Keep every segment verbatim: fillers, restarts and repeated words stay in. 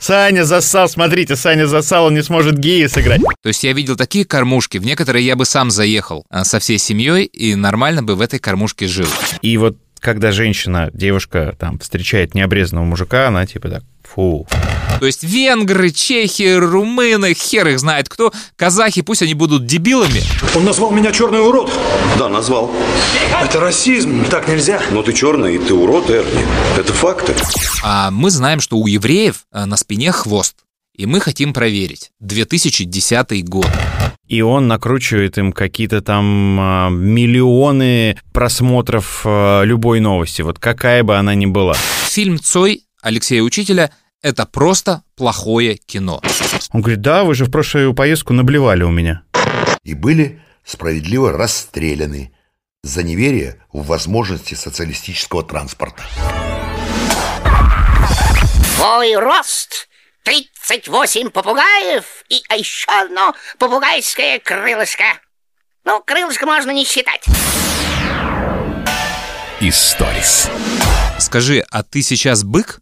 Саня засал, смотрите, Саня засал, он не сможет гея сыграть. То есть я видел такие кормушки, в некоторые я бы сам заехал со всей семьей и нормально бы в этой кормушке жил. И вот когда женщина, девушка там встречает необрезанного мужика, она типа так, фу. То есть венгры, чехи, румыны, хер их знает кто, казахи, пусть они будут дебилами. Он назвал меня черный урод. Да, назвал. Это расизм, так нельзя. Но ты черный, и ты урод, Эрни. Это факты. А мы знаем, что у евреев на спине хвост. И мы хотим проверить. две тысячи десятый год. И он накручивает им какие-то там э, миллионы просмотров э, любой новости, вот какая бы она ни была. Фильм «Цой» Алексея Учителя — это просто плохое кино. Он говорит, да, вы же в прошлую поездку наблевали у меня. И были справедливо расстреляны за неверие в возможности социалистического транспорта. Твой рост тридцать восемь попугаев и а еще одно попугайское крылышко. Ну, крылышко можно не считать. Историс. Скажи, а ты сейчас бык?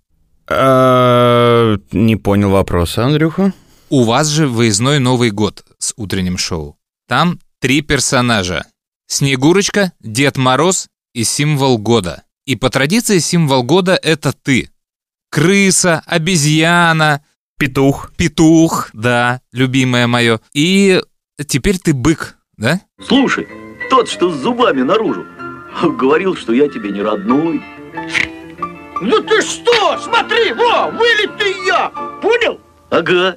А, не понял вопроса, Андрюха. У вас же выездной Новый год с утренним шоу. Там три персонажа. Снегурочка, Дед Мороз и символ года. И по традиции символ года — это ты. Крыса, обезьяна... Петух. Петух, да, любимое мое. И теперь ты бык, да? Слушай, тот, что с зубами наружу, говорил, что я тебе не родной. Ну ты что? Смотри, во, вылитый я! Понял? Ага,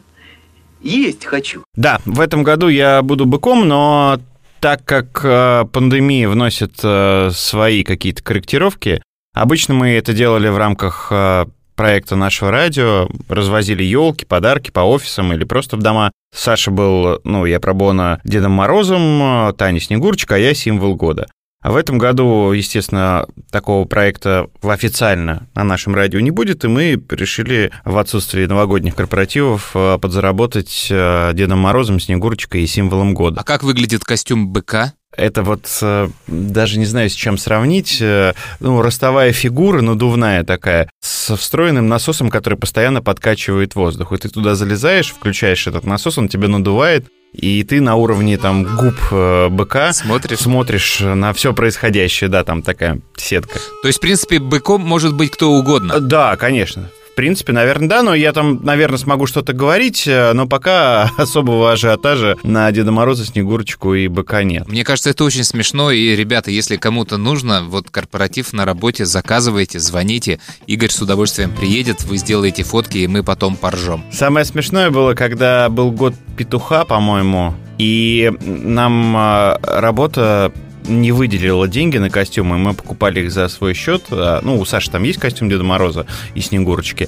есть хочу. Да, в этом году я буду быком, но так как э, пандемия вносит э, свои какие-то корректировки, обычно мы это делали в рамках... Э, проекта нашего радио, развозили елки, подарки по офисам или просто в дома. Саша был, ну, я пробона Дедом Морозом, Таня Снегурочка, а я символ года. А в этом году, естественно, такого проекта официально на нашем радио не будет, и мы решили в отсутствии новогодних корпоративов подзаработать Дедом Морозом, Снегурочкой и символом года. А как выглядит костюм быка? Это вот даже не знаю, с чем сравнить. Ну, ростовая фигура, надувная такая, со встроенным насосом, который постоянно подкачивает воздух. И ты туда залезаешь, включаешь этот насос, он тебя надувает, и ты на уровне там губ быка смотришь, смотришь на все происходящее. Да, там такая сетка. То есть, в принципе, быком может быть кто угодно? Да, конечно. В принципе, наверное, да, но я там, наверное, смогу что-то говорить, но пока особого ажиотажа на Деда Мороза, Снегурочку и быка нет. Мне кажется, это очень смешно, и, ребята, если кому-то нужно, вот корпоратив на работе, заказывайте, звоните, Игорь с удовольствием приедет, вы сделаете фотки, и мы потом поржем. Самое смешное было, когда был год петуха, по-моему, и нам работа... не выделила деньги на костюмы, мы покупали их за свой счет. Ну, у Саши там есть костюм Деда Мороза и Снегурочки,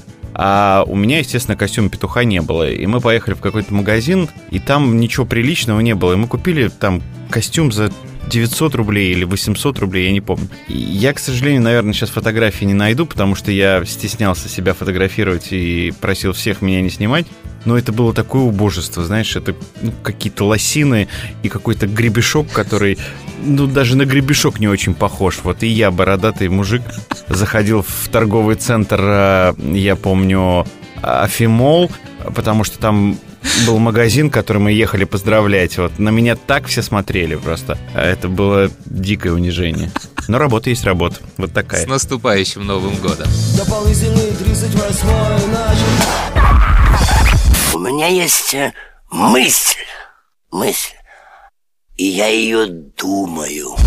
а у меня, естественно, костюма петуха не было. И мы поехали в какой-то магазин, и там ничего приличного не было. И мы купили там костюм за девятьсот рублей или восемьсот рублей, я не помню. И я, к сожалению, наверное, сейчас фотографии не найду, потому что я стеснялся себя фотографировать и просил всех меня не снимать. Но это было такое убожество, знаешь, это ну, какие-то лосины и какой-то гребешок, который, ну, даже на гребешок не очень похож. Вот и я, бородатый мужик, заходил в торговый центр, я помню, Афимол, потому что там был магазин, который мы ехали поздравлять. Вот на меня так все смотрели просто. Это было дикое унижение. Но работа есть работа. Вот такая. С наступающим Новым годом. Дополнительный тридцать восьмой начал. У меня есть мысль. Мысль. И я ее думаю.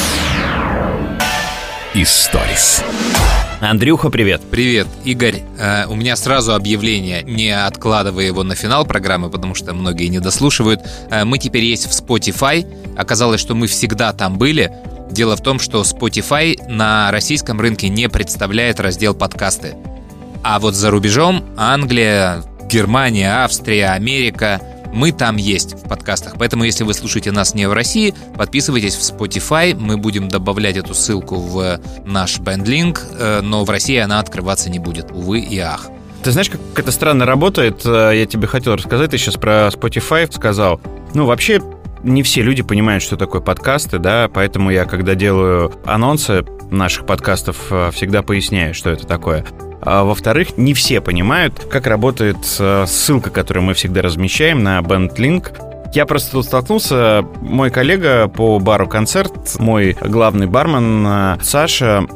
Историс. Андрюха, привет. Привет, Игорь. Э, у меня сразу объявление, не откладывая его на финал программы, потому что многие не дослушивают. Э, мы теперь есть в Spotify. Оказалось, что мы всегда там были. Дело в том, что Spotify на российском рынке не представляет раздел подкасты. А вот за рубежом Англия, Германия, Австрия, Америка, мы там есть в подкастах. Поэтому, если вы слушаете нас не в России, подписывайтесь в Spotify. Мы будем добавлять эту ссылку в наш бендлинк, но в России она открываться не будет, увы и ах. Ты знаешь, как это странно работает? Я тебе хотел рассказать, ты сейчас про Spotify сказал. Ну, вообще, не все люди понимают, что такое подкасты, да, поэтому я, когда делаю анонсы наших подкастов, всегда поясняю, что это такое. А во-вторых, не все понимают, как работает ссылка, которую мы всегда размещаем на BandLink. Я просто тут столкнулся, мой коллега по бару «Концерт», мой главный бармен Саша,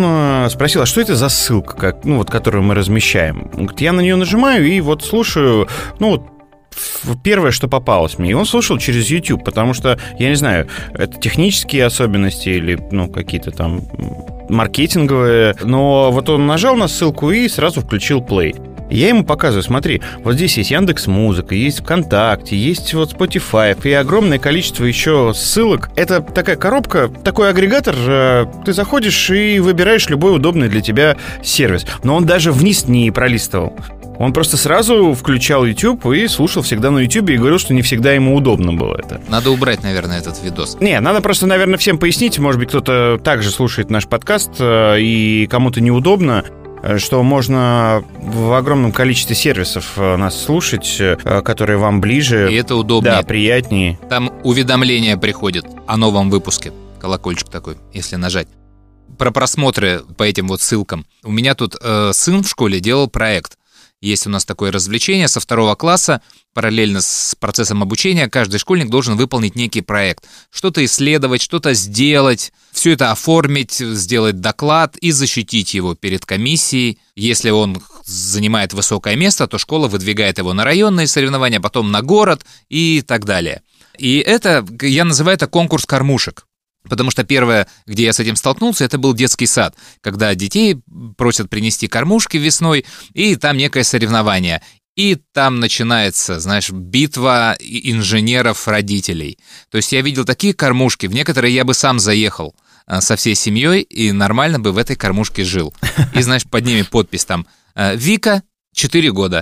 он спросил, а что это за ссылка, как, ну, вот, которую мы размещаем? Он говорит, я на нее нажимаю и вот слушаю, ну, вот, первое, что попалось мне. И он слушал через YouTube, потому что, я не знаю, это технические особенности или, ну, какие-то там маркетинговые, но вот он нажал на ссылку и сразу включил плей. Я ему показываю, смотри, вот здесь есть Яндекс.Музыка, есть ВКонтакте, есть вот Spotify и огромное количество еще ссылок. Это такая коробка, такой агрегатор, ты заходишь и выбираешь любой удобный для тебя сервис. Но он даже вниз не пролистывал. Он просто сразу включал YouTube и слушал всегда на YouTube и говорил, что не всегда ему удобно было это. Надо убрать, наверное, этот видос. Не, надо просто, наверное, всем пояснить. Может быть, кто-то также слушает наш подкаст и кому-то неудобно, что можно в огромном количестве сервисов нас слушать, которые вам ближе. И это удобнее. Да, приятнее. Там уведомления приходят о новом выпуске. Колокольчик такой, если нажать. Про просмотры по этим вот ссылкам. У меня тут э, сын в школе делал проект. Есть у нас такое развлечение со второго класса. Параллельно с процессом обучения каждый школьник должен выполнить некий проект. Что-то исследовать, что-то сделать, все это оформить, сделать доклад и защитить его перед комиссией. Если он занимает высокое место, то школа выдвигает его на районные соревнования, потом на город и так далее. И это, я называю это конкурс кормушек. Потому что первое, где я с этим столкнулся, это был детский сад, когда детей просят принести кормушки весной, и там некое соревнование. И там начинается, знаешь, битва инженеров-родителей. То есть я видел такие кормушки, в некоторые я бы сам заехал со всей семьей и нормально бы в этой кормушке жил. И, знаешь, под ними подпись там «Вика, четыре года».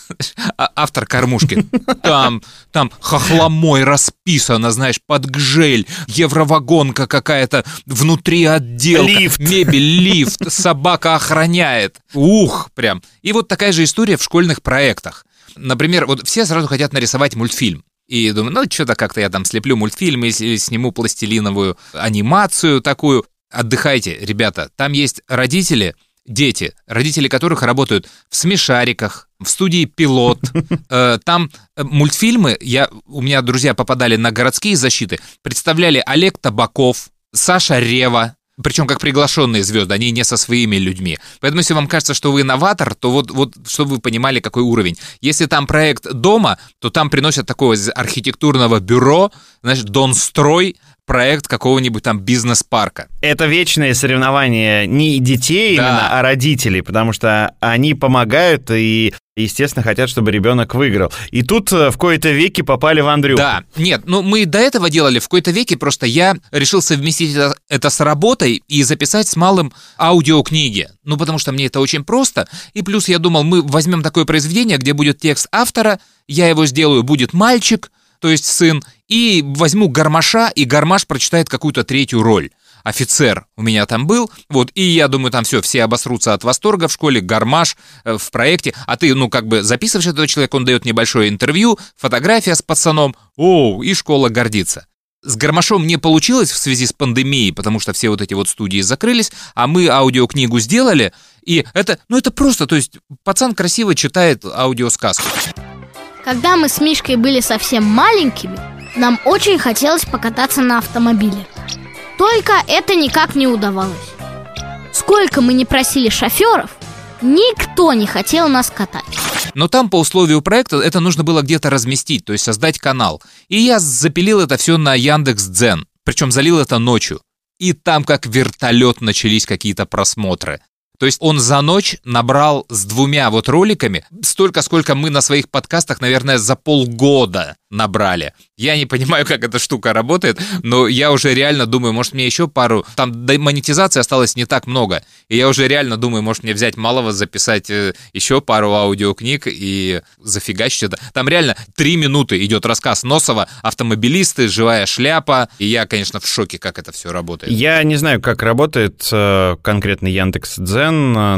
Автор кормушки. Там, там хохломой расписано, знаешь, под гжель, евровагонка какая-то, внутри отделка, лифт. Мебель, лифт, собака охраняет. Ух, прям. И вот такая же история в школьных проектах. Например, вот все сразу хотят нарисовать мультфильм. И думаю, ну, что-то как-то я там слеплю мультфильм или сниму пластилиновую анимацию такую. Отдыхайте, ребята. Там есть родители, дети, родители которых работают в смешариках, в студии «Пилот». Там мультфильмы, я, у меня друзья попадали на городские защиты, представляли Олег Табаков, Саша Рева, причем как приглашенные звезды, они не со своими людьми. Поэтому, если вам кажется, что вы инноватор, то вот, вот чтобы вы понимали, какой уровень. Если там проект дома, то там приносят такого из архитектурного бюро, значит, Донстрой, проект какого-нибудь там бизнес-парка. Это вечное соревнование не детей Да. именно, а родителей, потому что они помогают и, естественно, хотят, чтобы ребенок выиграл. И тут в кои-то веки попали в Андрюху. Да, нет, ну мы до этого делали в кои-то веке, просто я решил совместить это, это с работой и записать с малым аудиокниги. Ну, потому что мне это очень просто. И плюс я думал, мы возьмем такое произведение, где будет текст автора, я его сделаю, будет мальчик, то есть сын, и возьму Гармаша, и Гармаш прочитает какую-то третью роль. Офицер у меня там был, вот, и я думаю, там все, все обосрутся от восторга в школе, Гармаш э, в проекте, а ты, ну, как бы записываешь этого человека, он дает небольшое интервью, фотография с пацаном, о, и школа гордится. С Гармашом не получилось в связи с пандемией, потому что все вот эти вот студии закрылись, а мы аудиокнигу сделали, и это, ну, это просто, то есть пацан красиво читает аудиосказку. Когда мы с Мишкой были совсем маленькими, нам очень хотелось покататься на автомобиле. Только это никак не удавалось. Сколько мы не просили шоферов, никто не хотел нас катать. Но там по условию проекта это нужно было где-то разместить, то есть создать канал. И я запилил это все на Яндекс.Дзен, причем залил это ночью. И там как вертолет начались какие-то просмотры. То есть он за ночь набрал с двумя вот роликами столько, сколько мы на своих подкастах, наверное, за полгода набрали. Я не понимаю, как эта штука работает, но я уже реально думаю, может, мне еще пару... Там до монетизации осталось не так много. И я уже реально думаю, может, мне взять малого, записать еще пару аудиокниг и зафигачить это. Там реально три минуты идет рассказ Носова, автомобилисты, живая шляпа. И я, конечно, в шоке, как это все работает. Я не знаю, как работает э, конкретно Яндекс.Дзен,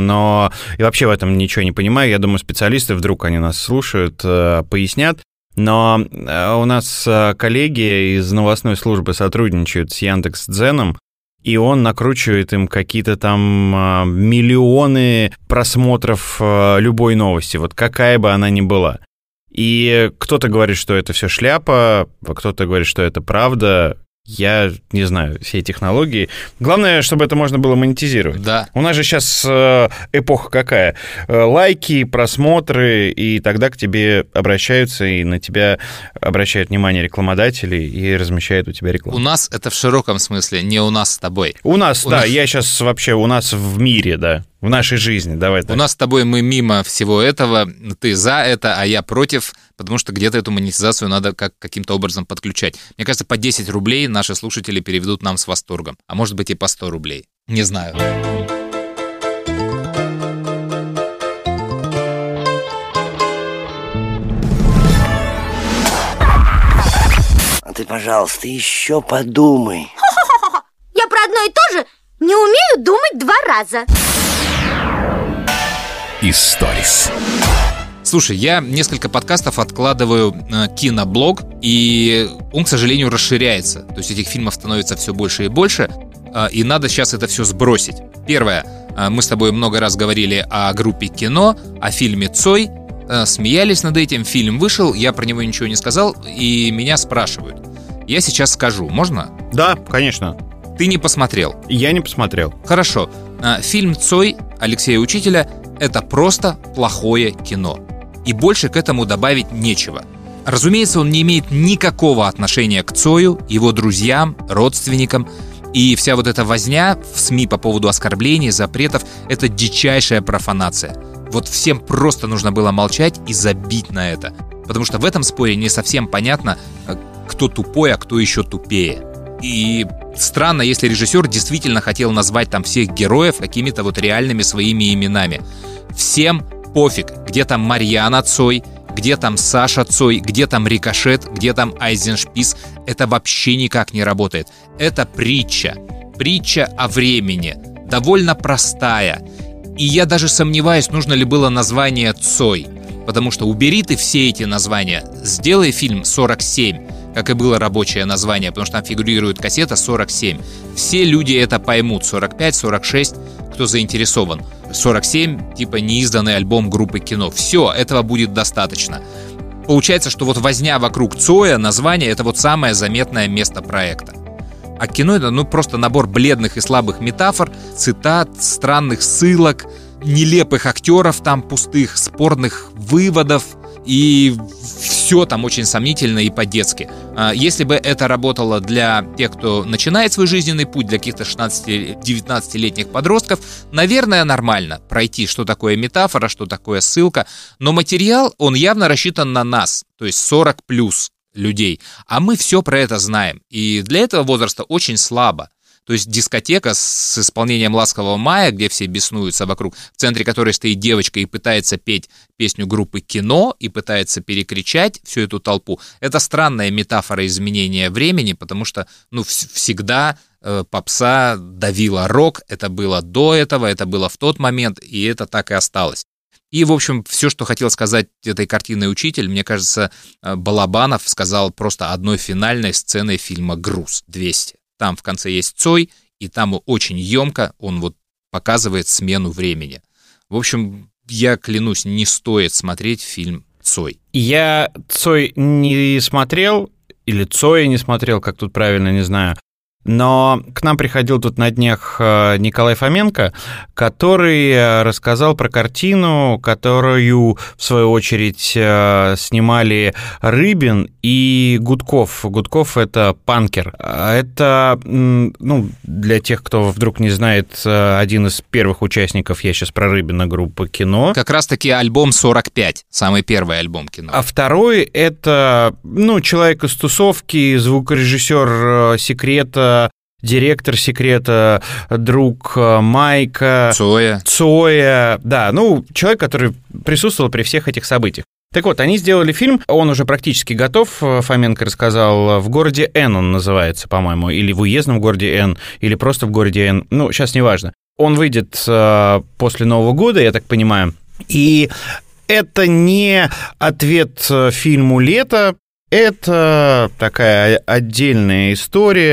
но и вообще в этом ничего не понимаю. Я думаю, специалисты, вдруг они нас слушают, э, пояснят. Но у нас коллеги из новостной службы сотрудничают с Яндекс.Дзеном, и он накручивает им какие-то там э, миллионы просмотров э, любой новости, вот какая бы она ни была. И кто-то говорит, что это все шляпа, кто-то говорит, что это правда. Я не знаю, все технологии. Главное, чтобы это можно было монетизировать. Да. У нас же сейчас э, эпоха какая? Э, лайки, просмотры, и тогда к тебе обращаются, и на тебя обращают внимание рекламодатели и размещают у тебя рекламу. У нас это в широком смысле, не у нас с тобой. У нас, у да, нас... я сейчас вообще у нас в мире, да. В нашей жизни, давай так. У нас с тобой мы мимо всего этого, ты за это, а я против, потому что где-то эту монетизацию надо как, каким-то образом подключать. Мне кажется, по десять рублей наши слушатели переведут нам с восторгом, а может быть и по сто рублей. Не знаю. А ты, пожалуйста, еще подумай. Я про одно и то же не умею думать два раза. Историс. Слушай, я несколько подкастов откладываю э, киноблог, и он, к сожалению, расширяется. То есть этих фильмов становится все больше и больше, э, и надо сейчас это все сбросить. Первое, э, мы с тобой много раз говорили о группе «Кино», о фильме «Цой», э, смеялись над этим, фильм вышел, я про него ничего не сказал, и меня спрашивают. Я сейчас скажу, можно? Да, конечно. Ты не посмотрел? Я не посмотрел. Хорошо. Э, фильм «Цой» Алексея Учителя — это просто плохое кино. И больше к этому добавить нечего. Разумеется, он не имеет никакого отношения к Цою, его друзьям, родственникам. И вся вот эта возня в СМИ по поводу оскорблений, запретов — это дичайшая профанация. Вот всем просто нужно было молчать и забить на это. Потому что в этом споре не совсем понятно, кто тупой, а кто еще тупее. И странно, если режиссер действительно хотел назвать там всех героев какими-то вот реальными своими именами. Всем пофиг, где там Марьяна Цой, где там Саша Цой, где там Рикошет, где там Айзеншпис. Это вообще никак не работает. Это притча. Притча о времени. Довольно простая. И я даже сомневаюсь, нужно ли было название Цой. Потому что убери ты все эти названия, сделай фильм сорок семь, как и было рабочее название, потому что там фигурирует кассета сорок семь. Все люди это поймут, сорок пять, сорок шесть, кто заинтересован. сорок семь, типа неизданный альбом группы «Кино». Все, этого будет достаточно. Получается, что вот возня вокруг Цоя, название — это вот самое заметное место проекта. А кино — это ну просто набор бледных и слабых метафор, цитат, странных ссылок, нелепых актеров там пустых, спорных выводов, и все там очень сомнительно и по-детски. Если бы это работало для тех, кто начинает свой жизненный путь, для каких-то шестнадцати-девятнадцатилетних подростков, наверное, нормально пройти, что такое метафора, что такое ссылка, но материал, он явно рассчитан на нас, то есть сорок плюс людей, а мы все про это знаем, и для этого возраста очень слабо. То есть дискотека с исполнением «Ласкового мая», где все беснуются вокруг, в центре которой стоит девочка и пытается петь песню группы «Кино» и пытается перекричать всю эту толпу. Это странная метафора изменения времени, потому что ну, в- всегда э, попса давила рок. Это было до этого, это было в тот момент, и это так и осталось. И, в общем, все, что хотел сказать этой картиной «Учитель», мне кажется, Балабанов сказал просто одной финальной сценой фильма «Груз двести». Там в конце есть Цой, и там очень емко он вот показывает смену времени. В общем, я клянусь, не стоит смотреть фильм «Цой». Я Цой не смотрел, или Цоя не смотрел, как тут правильно, не знаю. Но к нам приходил тут на днях Николай Фоменко, который рассказал про картину, которую, в свою очередь, снимали Рыбин и Гудков. Гудков — это панкер. Это, ну, для тех, кто вдруг не знает, один из первых участников, я сейчас про Рыбина, группы «Кино». Как раз-таки альбом сорок пять, самый первый альбом «Кино». А второй — это, ну, человек из тусовки, звукорежиссер «Секрета», директор «Секрета», друг Майка, Цоя. Цоя, да, ну, человек, который присутствовал при всех этих событиях. Так вот, они сделали фильм, он уже практически готов, Фоменко рассказал, в городе Н он называется, по-моему, или в уездном городе Н, или просто в городе Н, ну, сейчас неважно. Он выйдет после Нового года, я так понимаю, и это не ответ фильму «Лето», это такая отдельная история.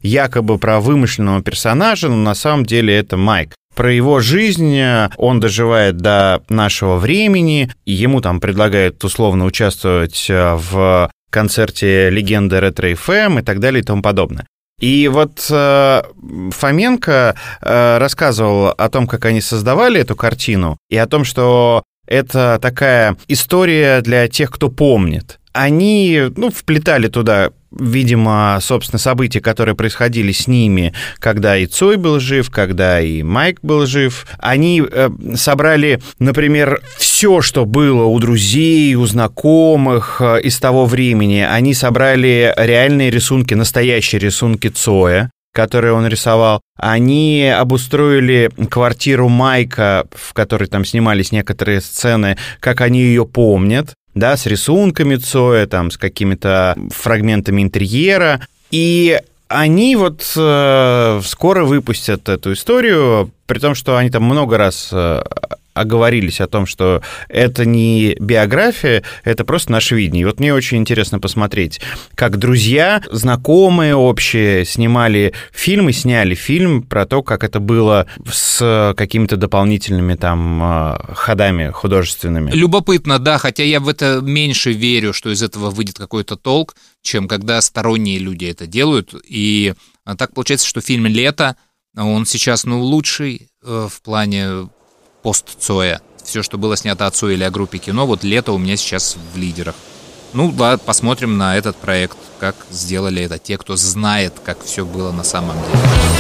якобы про вымышленного персонажа, но на самом деле это Майк. Про его жизнь, он доживает до нашего времени, и ему там предлагают условно участвовать в концерте «Легенды Ретро-эф эм» и так далее и тому подобное. И вот э, Фоменко э, рассказывал о том, как они создавали эту картину, и о том, что это такая история для тех, кто помнит. Они, ну, вплетали туда, видимо, собственно, события, которые происходили с ними, когда и Цой был жив, когда и Майк был жив. Они э, собрали, например, все, что было у друзей, у знакомых э, из того времени. Они собрали реальные рисунки, настоящие рисунки Цоя, которые он рисовал. Они обустроили квартиру Майка, в которой там снимались некоторые сцены, как они ее помнят. Да, с рисунками Цоя, там, с какими-то фрагментами интерьера. И они вот э, скоро выпустят эту историю, при том, что они там много раз э, оговорились о том, что это не биография, это просто наше видение. И вот мне очень интересно посмотреть, как друзья, знакомые общие снимали фильм и сняли фильм про то, как это было с какими-то дополнительными там ходами художественными. Любопытно, да, хотя я в это меньше верю, что из этого выйдет какой-то толк, чем когда сторонние люди это делают. И так получается, что фильм «Лето», он сейчас, ну, лучший э, в плане пост-Цоя. Все, что было снято от Цоя или о группе кино, вот «Лето» у меня сейчас в лидерах. Ну, да, посмотрим на этот проект, как сделали это те, кто знает, как все было на самом деле.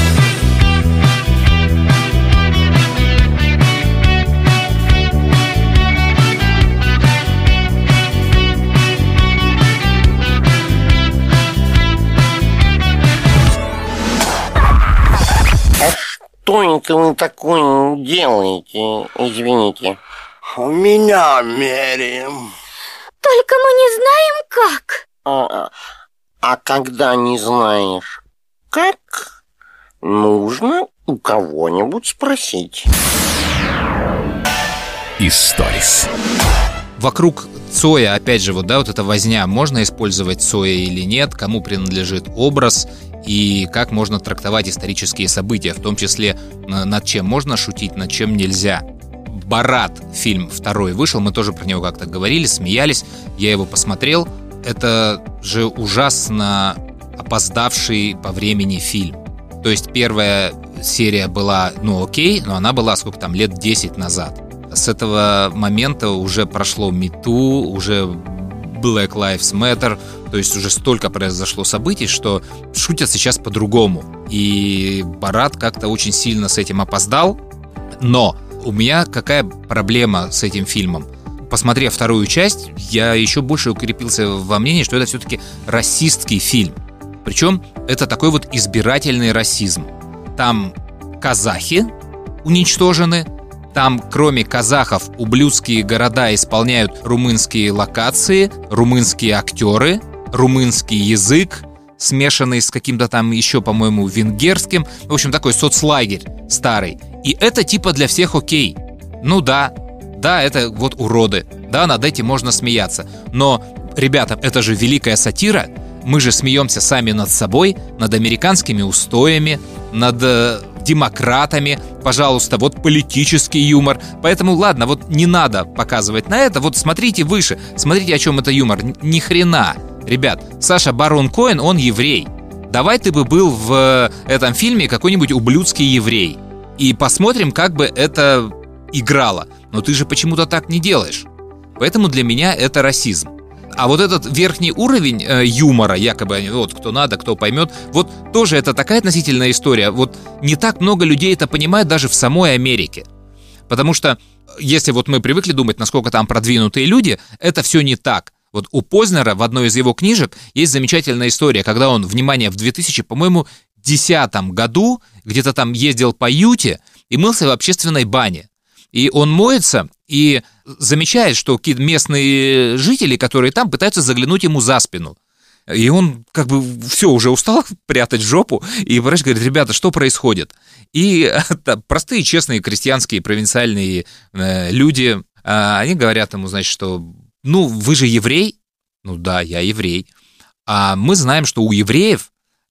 Что это вы такое делаете, извините? Меня меряем. Только мы не знаем, как. А, а когда не знаешь, как, нужно у кого-нибудь спросить. Историс. Вокруг Цоя, опять же, вот, да, вот эта возня, можно использовать Цоя или нет, кому принадлежит образ и как можно трактовать исторические события, в том числе над чем можно шутить, над чем нельзя. «Борат» фильм второй вышел, мы тоже про него как-то говорили, смеялись, я его посмотрел. Это же ужасно опоздавший по времени фильм. То есть первая серия была, ну окей, но она была сколько там, лет десять назад. С этого момента уже прошло MeToo, уже Black Lives Matter, то есть уже столько произошло событий, что шутят сейчас по-другому. И «Борат» как-то очень сильно с этим опоздал. Но у меня какая проблема с этим фильмом? Посмотрев вторую часть, я еще больше укрепился во мнении, что это все-таки расистский фильм. Причем это такой вот избирательный расизм. Там казахи уничтожены, там кроме казахов ублюдские города исполняют румынские локации, румынские актеры, румынский язык, смешанный с каким-то там еще, по-моему, венгерским. В общем, такой соцлагерь старый. И это типа для всех окей. Ну да, да, это вот уроды. Да, над этим можно смеяться. Но, ребята, это же великая сатира. Мы же смеемся сами над собой, над американскими устоями, над э, демократами. Пожалуйста, вот политический юмор. Поэтому, ладно, вот не надо показывать на это. Вот смотрите выше, смотрите, о чем это юмор. Ни хрена. Ребят, Саша Барон Коэн, он еврей. Давай ты бы был в этом фильме какой-нибудь ублюдский еврей. И посмотрим, как бы это играло. Но ты же почему-то так не делаешь. Поэтому для меня это расизм. А вот этот верхний уровень э, юмора, якобы, вот кто надо, кто поймет, вот тоже это такая относительная история. Вот не так много людей это понимают даже в самой Америке. Потому что если вот мы привыкли думать, насколько там продвинутые люди, это все не так. Вот у Познера в одной из его книжек есть замечательная история, когда он, внимание, в две тысячи, по-моему, десятом году где-то там ездил по Юте и мылся в общественной бане. И он моется и замечает, что какие-то местные жители, которые там, пытаются заглянуть ему за спину. И он как бы все, уже устал прятать жопу, и врач говорит: ребята, что происходит? И да, простые, честные, крестьянские, провинциальные э, люди, э, они говорят ему, значит, что ну, вы же еврей? Ну да, я еврей. А мы знаем, что у евреев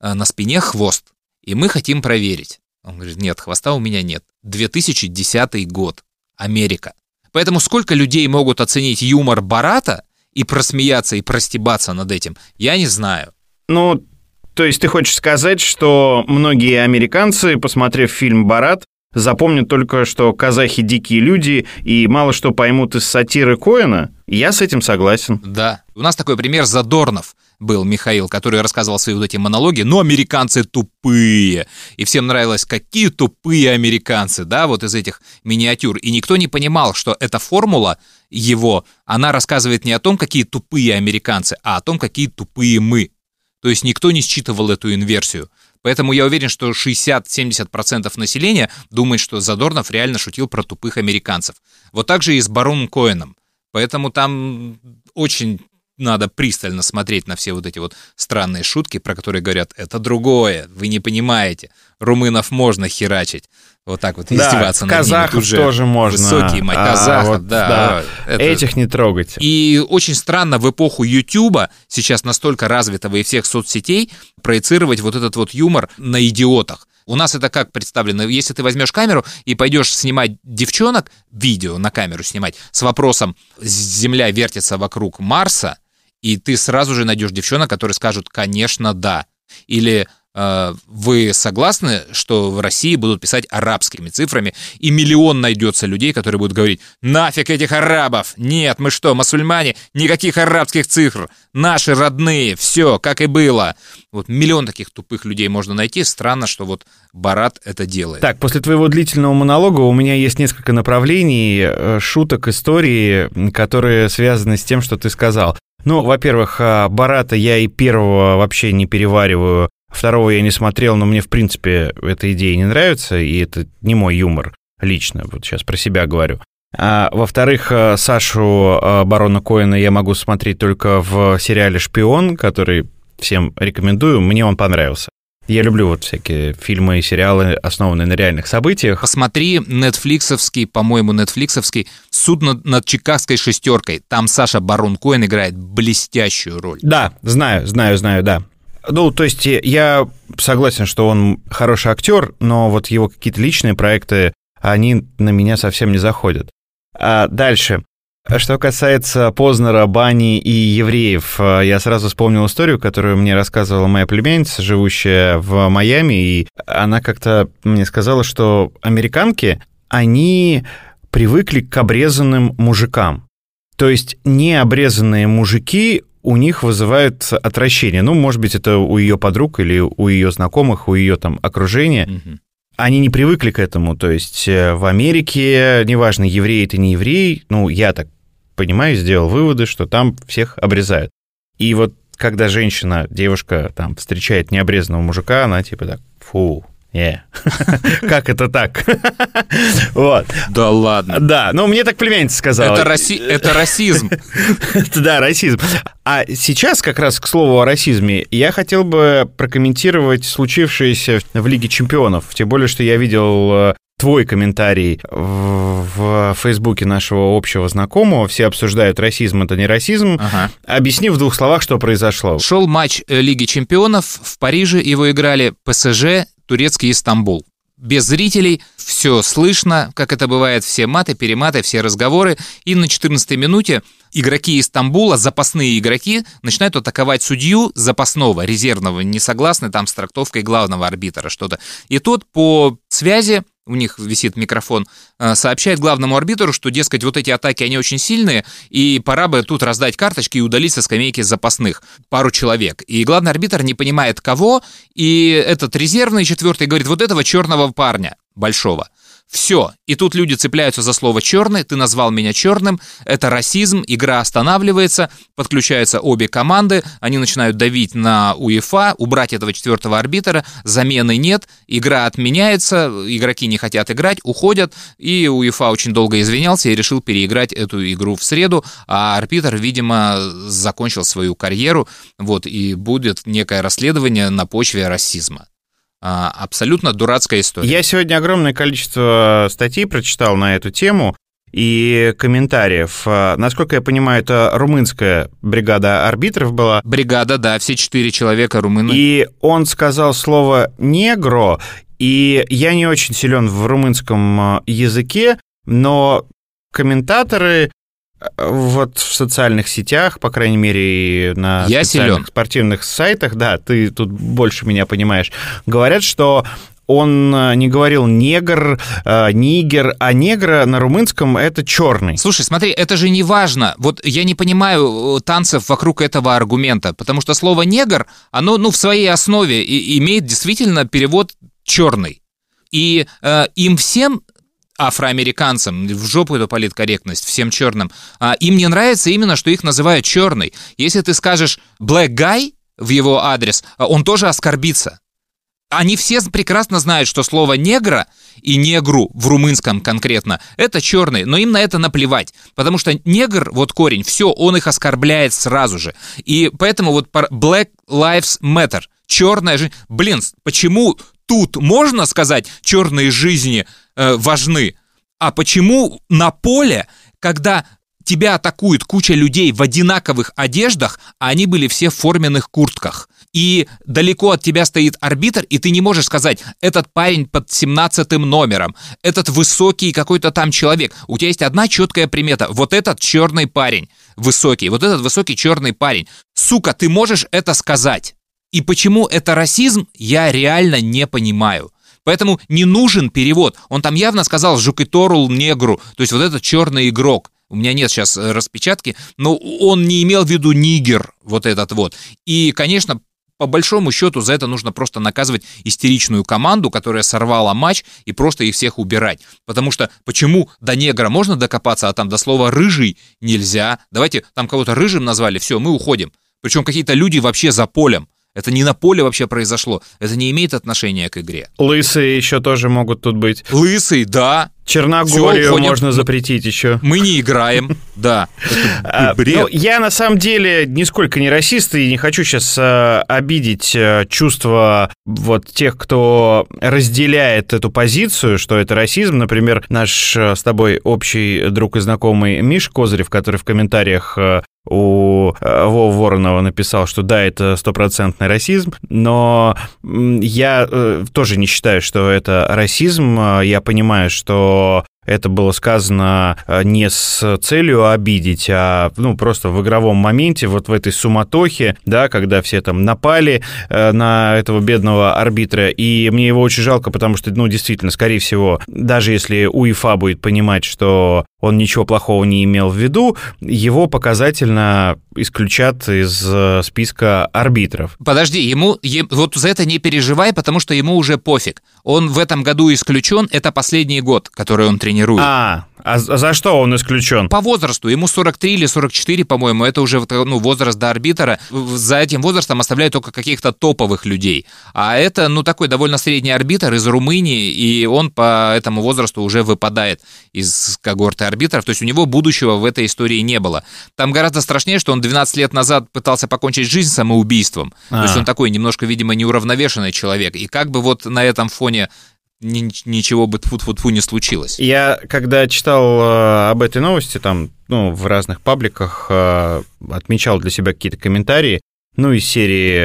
на спине хвост, и мы хотим проверить. Он говорит, нет, хвоста у меня нет. две тысячи десятый год, Америка. Поэтому сколько людей могут оценить юмор Бората и просмеяться, и простебаться над этим, я не знаю. Ну, то есть ты хочешь сказать, что многие американцы, посмотрев фильм «Борат», запомнят только, что казахи дикие люди и мало что поймут из сатиры Коэна? Я с этим согласен. Да. У нас такой пример Задорнов был, Михаил, который рассказывал свои вот эти монологи, но американцы тупые. И всем нравилось, какие тупые американцы, да, вот из этих миниатюр. И никто не понимал, что эта формула его, она рассказывает не о том, какие тупые американцы, а о том, какие тупые мы. То есть никто не считывал эту инверсию. Поэтому я уверен, что шестьдесят-семьдесят процентов населения думает, что Задорнов реально шутил про тупых американцев. Вот так же и с Бароном Коэном. Поэтому там очень надо пристально смотреть на все вот эти вот странные шутки, про которые говорят, это другое, вы не понимаете, румынов можно херачить. Вот так вот да, издеваться над ними. Казахов тоже можно. Высокие, мать, казахов, а, вот, да. да. Это... Этих не трогайте. И очень странно в эпоху Ютуба, сейчас настолько развитого и всех соцсетей, проецировать вот этот вот юмор на идиотах. У нас это как представлено? Если ты возьмешь камеру и пойдешь снимать девчонок, видео на камеру снимать, с вопросом «Земля вертится вокруг Марса», и ты сразу же найдешь девчонок, которые скажут «конечно, да». Или э, «вы согласны, что в России будут писать арабскими цифрами?» И миллион найдется людей, которые будут говорить «нафиг этих арабов! Нет, мы что, мусульмане? Никаких арабских цифр! Наши родные! Все, как и было!» Вот миллион таких тупых людей можно найти. Странно, что вот Борат это делает. Так, после твоего длительного монолога у меня есть несколько направлений, шуток, истории, которые связаны с тем, что ты сказал. Ну, во-первых, Бората я и первого вообще не перевариваю, второго я не смотрел, но мне, в принципе, эта идея не нравится, и это не мой юмор лично, вот сейчас про себя говорю. А, во-вторых, Сашу Барона Коэна я могу смотреть только в сериале «Шпион», который всем рекомендую, мне он понравился. Я люблю вот всякие фильмы и сериалы, основанные на реальных событиях. Посмотри нетфликсовский, по-моему, нетфликсовский «Суд над, над Чикагской шестеркой». Там Саша Барон Коэн играет блестящую роль. Да, знаю, знаю, знаю, да. Ну, то есть я согласен, что он хороший актер, но вот его какие-то личные проекты, они на меня совсем не заходят. А дальше. Что касается Познера, Бани и евреев, я сразу вспомнил историю, которую мне рассказывала моя племянница, живущая в Майами, и она как-то мне сказала, что американки, они привыкли к обрезанным мужикам. То есть необрезанные мужики у них вызывают отвращение. Ну, может быть, это у ее подруг или у ее знакомых, у ее там окружения. Mm-hmm. Они не привыкли к этому, то есть в Америке, неважно, еврей ты не еврей, ну, я так понимаю, сделал выводы, что там всех обрезают. И вот когда женщина, девушка там встречает необрезанного мужика, она типа так, фу, yeah. Как это так? Вот. Да ладно. Да, ну мне так племянница сказала. Это, раси... это расизм. Да, расизм. А сейчас, как раз к слову о расизме, я хотел бы прокомментировать случившееся в Лиге чемпионов. Тем более, что я видел твой комментарий в Фейсбуке нашего общего знакомого. Все обсуждают, расизм — это не расизм. Ага. Объясни в двух словах, что произошло. Шел матч Лиги чемпионов. В Париже его играли ПСЖ, турецкий Истамбул. Без зрителей, все слышно, как это бывает, все маты, перематы, все разговоры. И на четырнадцатой минуте игроки из Стамбула, запасные игроки, начинают атаковать судью запасного, резервного, не согласны там с трактовкой главного арбитра что-то. И тот по связи, у них висит микрофон, сообщает главному арбитру, что, дескать, вот эти атаки, они очень сильные, и пора бы тут раздать карточки и удалить со скамейки запасных пару человек. И главный арбитр не понимает, кого, и этот резервный четвертый говорит, вот этого черного парня, большого. Все. И тут люди цепляются за слово «черный», ты назвал меня черным, это расизм, игра останавливается, подключаются обе команды, они начинают давить на УЕФА, убрать этого четвертого арбитра, замены нет, игра отменяется, игроки не хотят играть, уходят, и УЕФА очень долго извинялся и решил переиграть эту игру в среду, а арбитр, видимо, закончил свою карьеру, вот, и будет некое расследование на почве расизма. Абсолютно дурацкая история. Я сегодня огромное количество статей прочитал на эту тему, и комментариев. Насколько я понимаю, это румынская бригада арбитров была. Бригада, да, все четыре человека румыны. И он сказал слово «негро», и я не очень силен в румынском языке, но комментаторы вот в социальных сетях, по крайней мере, на я специальных силен. спортивных сайтах, да, ты тут больше меня понимаешь, говорят, что он не говорил негр, нигер, а негра на румынском это черный. Слушай, смотри, это же не важно. Вот я не понимаю танцев вокруг этого аргумента, потому что слово негр, оно, ну, в своей основе и, имеет действительно перевод черный. И э, им всем, афроамериканцам, в жопу эту политкорректность, всем черным, э, им не нравится именно, что их называют черный. Если ты скажешь black guy в его адрес, он тоже оскорбится. Они все прекрасно знают, что слово «негра» и «негру» в румынском конкретно — это черный, но им на это наплевать, потому что негр, вот корень, все, он их оскорбляет сразу же. И поэтому вот Black Lives Matter, черная жизнь, блин, почему тут можно сказать «черные жизни э, важны», а почему на поле, когда тебя атакует куча людей в одинаковых одеждах, а они были все в форменных куртках, и далеко от тебя стоит арбитр, и ты не можешь сказать, этот парень под семнадцатым номером, этот высокий какой-то там человек. У тебя есть одна четкая примета, вот этот черный парень высокий, вот этот высокий черный парень. Сука, ты можешь это сказать. И почему это расизм, я реально не понимаю. Поэтому не нужен перевод. Он там явно сказал «жукиторул негру», то есть вот этот черный игрок. У меня нет сейчас распечатки, но он не имел в виду нигер, вот этот вот. И, конечно, по большому счету за это нужно просто наказывать истеричную команду, которая сорвала матч, и просто их всех убирать. Потому что почему до негра можно докопаться, а там до слова «рыжий» нельзя? Давайте там кого-то рыжим назвали, все, мы уходим. Причем какие-то люди вообще за полем. Это не на поле вообще произошло. Это не имеет отношения к игре. Лысые еще тоже могут тут быть. Лысый, да. Черногорию можно запретить еще. Мы не играем, да. А, ну, я на самом деле нисколько не расист и не хочу сейчас а, обидеть а, чувства вот тех, кто разделяет эту позицию, что это расизм. Например, наш а, с тобой общий друг и знакомый Миш Козырев, который в комментариях а, у Вова Воронова написал, что да, это стопроцентный расизм, но я э, тоже не считаю, что это расизм. Я понимаю, что это было сказано не с целью обидеть, а ну, просто в игровом моменте, вот в этой суматохе, да, когда все там напали на этого бедного арбитра, и мне его очень жалко, потому что, ну, действительно, скорее всего, даже если УЕФА будет понимать, что он ничего плохого не имел в виду, его показательно исключат из списка арбитров. Подожди, ему вот за это не переживай, потому что ему уже пофиг. Он в этом году исключен, это последний год, который он тренирует. А, а за что он исключен? По возрасту. Ему сорок три или сорок четыре, по-моему, это уже ну, возраст до арбитра. За этим возрастом оставляют только каких-то топовых людей. А это, ну, такой довольно средний арбитр из Румынии, и он по этому возрасту уже выпадает из когорты арбитров. То есть у него будущего в этой истории не было. Там гораздо страшнее, что он двенадцать лет назад пытался покончить жизнь самоубийством. А. То есть он такой немножко, видимо, неуравновешенный человек. И как бы вот на этом фоне ничего бы тьфу-тьфу-тьфу не случилось. Я, когда читал э, об этой новости, там, ну, в разных пабликах э, отмечал для себя какие-то комментарии, ну, из серии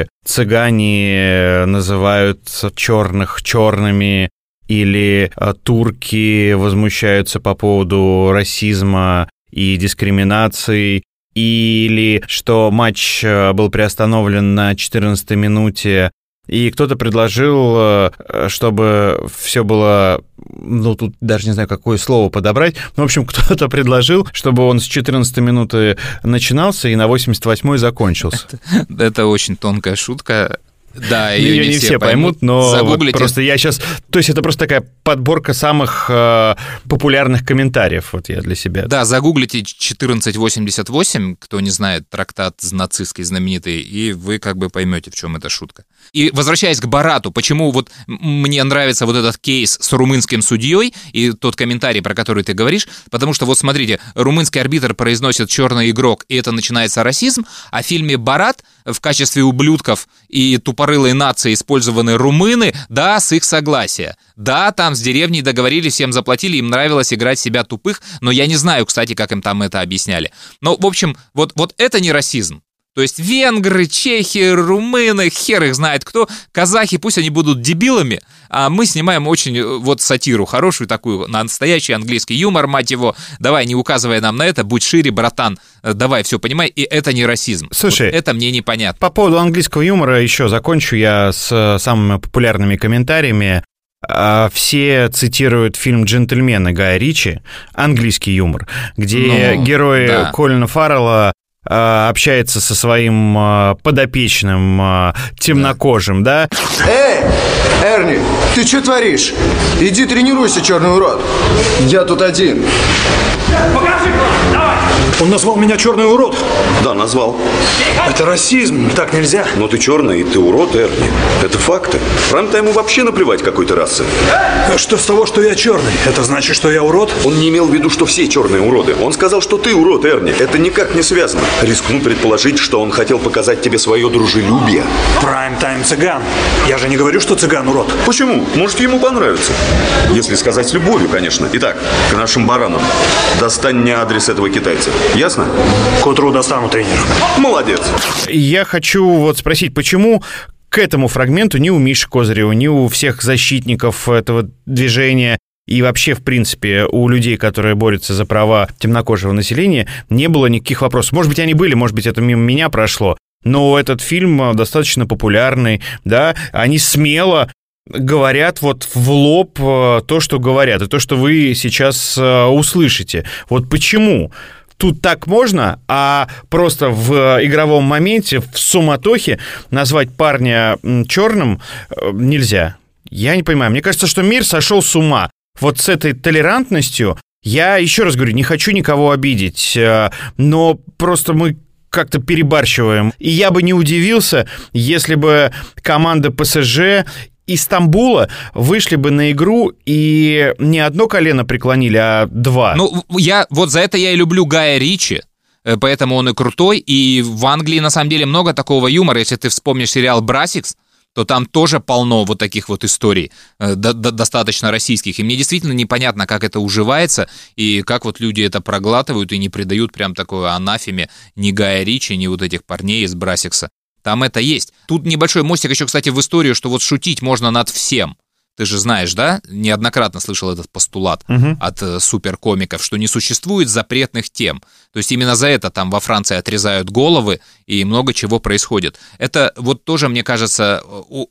«Цыгане называют черных черными», или э, турки возмущаются по поводу расизма и дискриминации, или что матч был приостановлен на четырнадцатой минуте, и кто-то предложил, чтобы все было, ну, тут даже не знаю, какое слово подобрать, но, в общем, кто-то предложил, чтобы он с четырнадцатой минуты начинался и на восемьдесят восьмой закончился. Это, это очень тонкая шутка. Да, ее, ее не, не все, все поймут, но вот просто я сейчас... То есть это просто такая подборка самых э, популярных комментариев, вот я для себя. Да, загуглите четырнадцать восемьдесят восемь, кто не знает, трактат нацистский знаменитый, и вы как бы поймете, в чем эта шутка. И возвращаясь к Борату, почему вот мне нравится вот этот кейс с румынским судьей и тот комментарий, про который ты говоришь, потому что вот смотрите, румынский арбитр произносит «черный игрок», и это начинается расизм, а в фильме «Борат» в качестве ублюдков и тупорылой нации использованы румыны, да, с их согласия. Да, там с деревней договорились, всем заплатили, им нравилось играть себя тупых, но я не знаю, кстати, как им там это объясняли. Но, в общем, вот, вот это не расизм. То есть венгры, чехи, румыны, хер их знает кто, казахи, пусть они будут дебилами, а мы снимаем очень вот сатиру хорошую такую, настоящий английский юмор, мать его, давай, не указывай нам на это, будь шире, братан, давай, все понимай, и это не расизм. Слушай, вот это мне непонятно. По поводу английского юмора еще закончу я с самыми популярными комментариями. Все цитируют фильм «Джентльмены» Гая Ричи, английский юмор, где ну, герои да. Колина Фаррелла общается со своим подопечным темнокожим, да? Эй, Эрни, ты что творишь? Иди тренируйся, черный урод. Я тут один. Покажи, давай. Он назвал меня черный урод? Да, назвал. Это расизм, так нельзя. Но ты черный, и ты урод, Эрни. Это факты. Прям-то ему вообще наплевать, какой ты расы. Что с того, что я черный? Это значит, что я урод? Он не имел в виду, что все черные уроды. Он сказал, что ты урод, Эрни. Это никак не связано. Рискну предположить, что он хотел показать тебе свое дружелюбие. Прайм-тайм цыган. Я же не говорю, что цыган урод. Почему? Может, ему понравится. Если сказать с любовью, конечно. Итак, к нашим баранам. Достань мне адрес этого китайца. Ясно? К утру достану, тренер. Молодец. Я хочу вот спросить, почему к этому фрагменту ни у Миши Козырева, ни у всех защитников этого движения и вообще, в принципе, у людей, которые борются за права темнокожего населения, не было никаких вопросов. Может быть, они были, может быть, это мимо меня прошло, но этот фильм достаточно популярный, да, они смело говорят вот в лоб то, что говорят, и то, что вы сейчас услышите. Вот почему? Тут так можно, а просто в игровом моменте, в суматохе назвать парня черным нельзя. Я не понимаю. Мне кажется, что мир сошел с ума. Вот с этой толерантностью, я еще раз говорю, не хочу никого обидеть, но просто мы как-то перебарщиваем. И я бы не удивился, если бы команда ПСЖ из Стамбула вышли бы на игру и не одно колено преклонили, а два. Ну, я вот за это я и люблю Гая Ричи, поэтому он и крутой, и в Англии на самом деле много такого юмора. Если ты вспомнишь сериал «Брассикс», то там тоже полно вот таких вот историй, до- до- достаточно российских. И мне действительно непонятно, как это уживается, и как вот люди это проглатывают и не придают прям такой анафеме ни Гая Ричи, ни вот этих парней из «Брассикса». Там это есть. Тут небольшой мостик еще, кстати, в историю, что вот шутить можно над всем. Ты же знаешь, да? Неоднократно слышал этот постулат uh-huh. от э, суперкомиков, что не существует запретных тем. То есть именно за это там во Франции отрезают головы и много чего происходит. Это вот тоже, мне кажется,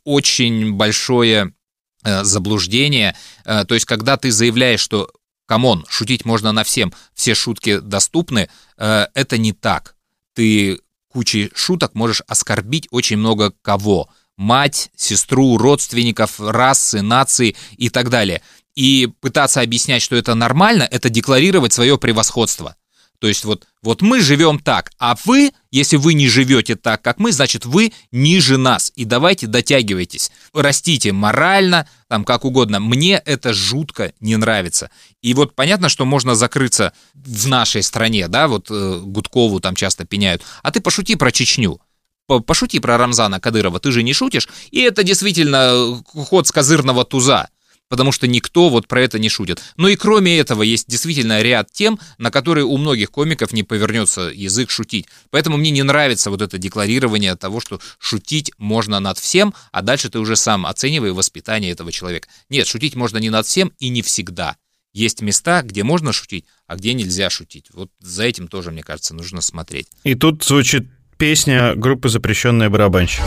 очень большое э, заблуждение. Э, то есть когда ты заявляешь, что, камон, шутить можно на всем, все шутки доступны, э, это не так. Ты кучей шуток можешь оскорбить очень много кого. Мать, сестру, родственников, расы, нации и так далее. И пытаться объяснять, что это нормально, это декларировать свое превосходство. То есть вот, вот мы живем так, а вы, если вы не живете так, как мы, значит, вы ниже нас. И давайте дотягивайтесь. Растите морально, там как угодно. Мне это жутко не нравится. И вот понятно, что можно закрыться в нашей стране, да, вот э, Гудкову там часто пеняют. А ты пошути про Чечню. Пошути про Рамзана Кадырова, ты же не шутишь. И это действительно ход с козырного туза. Потому что никто вот про это не шутит. Но и кроме этого есть действительно ряд тем, на которые у многих комиков не повернется язык шутить. Поэтому мне не нравится вот это декларирование того, что шутить можно над всем, а дальше ты уже сам оценивай воспитание этого человека. Нет, шутить можно не над всем и не всегда. Есть места, где можно шутить, а где нельзя шутить. Вот за этим тоже, мне кажется, нужно смотреть. И тут звучит песня группы «Запрещенные барабанщики».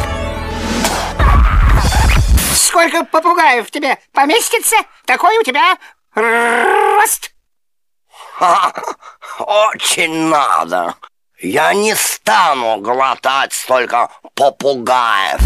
Сколько попугаев в тебе поместится, такой у тебя рост. Очень надо. Я не стану глотать столько попугаев.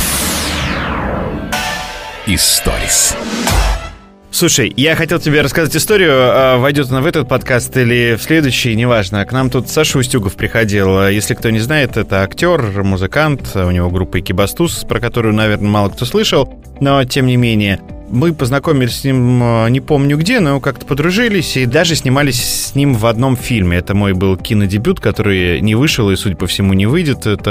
Историс. Слушай, я хотел тебе рассказать историю, войдет она в этот подкаст или в следующий, неважно. К нам тут Саша Устюгов приходил. Если кто не знает, это актер, музыкант, у него группа «Экибастуз», про которую, наверное, мало кто слышал, но тем не менее. Мы познакомились с ним, не помню где, но как-то подружились и даже снимались с ним в одном фильме. Это мой был кинодебют, который не вышел и, судя по всему, не выйдет. Это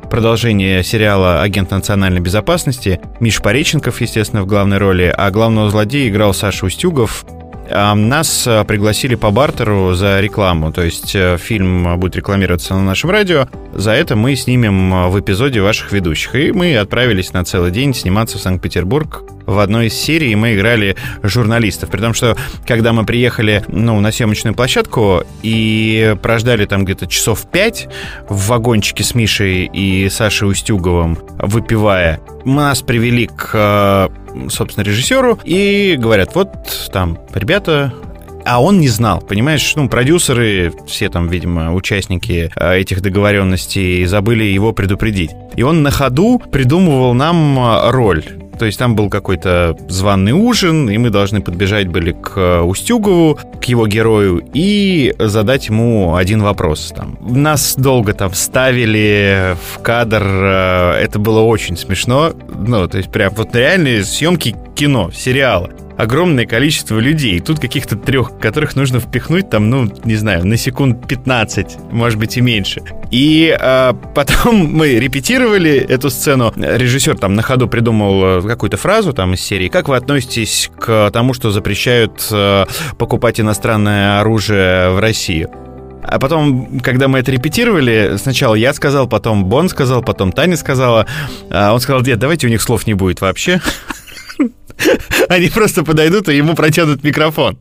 продолжение сериала «Агент национальной безопасности». Миша Пореченков, естественно, в главной роли, а главного злодея играл Саша Устюгов. Нас пригласили по бартеру за рекламу, то есть фильм будет рекламироваться на нашем радио. За это мы снимем в эпизоде ваших ведущих. И мы отправились на целый день сниматься в Санкт-Петербург. В одной из серий мы играли журналистов. При том, что когда мы приехали ну, на съемочную площадку и прождали там где-то часов пять в вагончике с Мишей и Сашей Устюговым, выпивая, нас привели к, собственно, режиссеру и говорят, вот там, ребята... А он не знал, понимаешь, ну, продюсеры, все там, видимо, участники этих договоренностей забыли его предупредить. И он на ходу придумывал нам роль. То есть там был какой-то званый ужин, и мы должны подбежать были к Устюгову, к его герою, и задать ему один вопрос. Там. Нас долго там ставили в кадр, это было очень смешно. Ну, то есть прям вот реальные съемки кино, сериала. Огромное количество людей, и тут каких-то трех, которых нужно впихнуть там, ну, не знаю, на секунд пятнадцать, может быть, и меньше. И э, потом мы репетировали эту сцену. Режиссер там на ходу придумал какую-то фразу там из серии. Как вы относитесь к тому, что запрещают э, покупать иностранное оружие в России? А потом, когда мы это репетировали, сначала я сказал, потом Бон сказал, потом Таня сказала. А он сказал, нет, давайте у них слов не будет вообще. Они просто подойдут и ему протянут микрофон.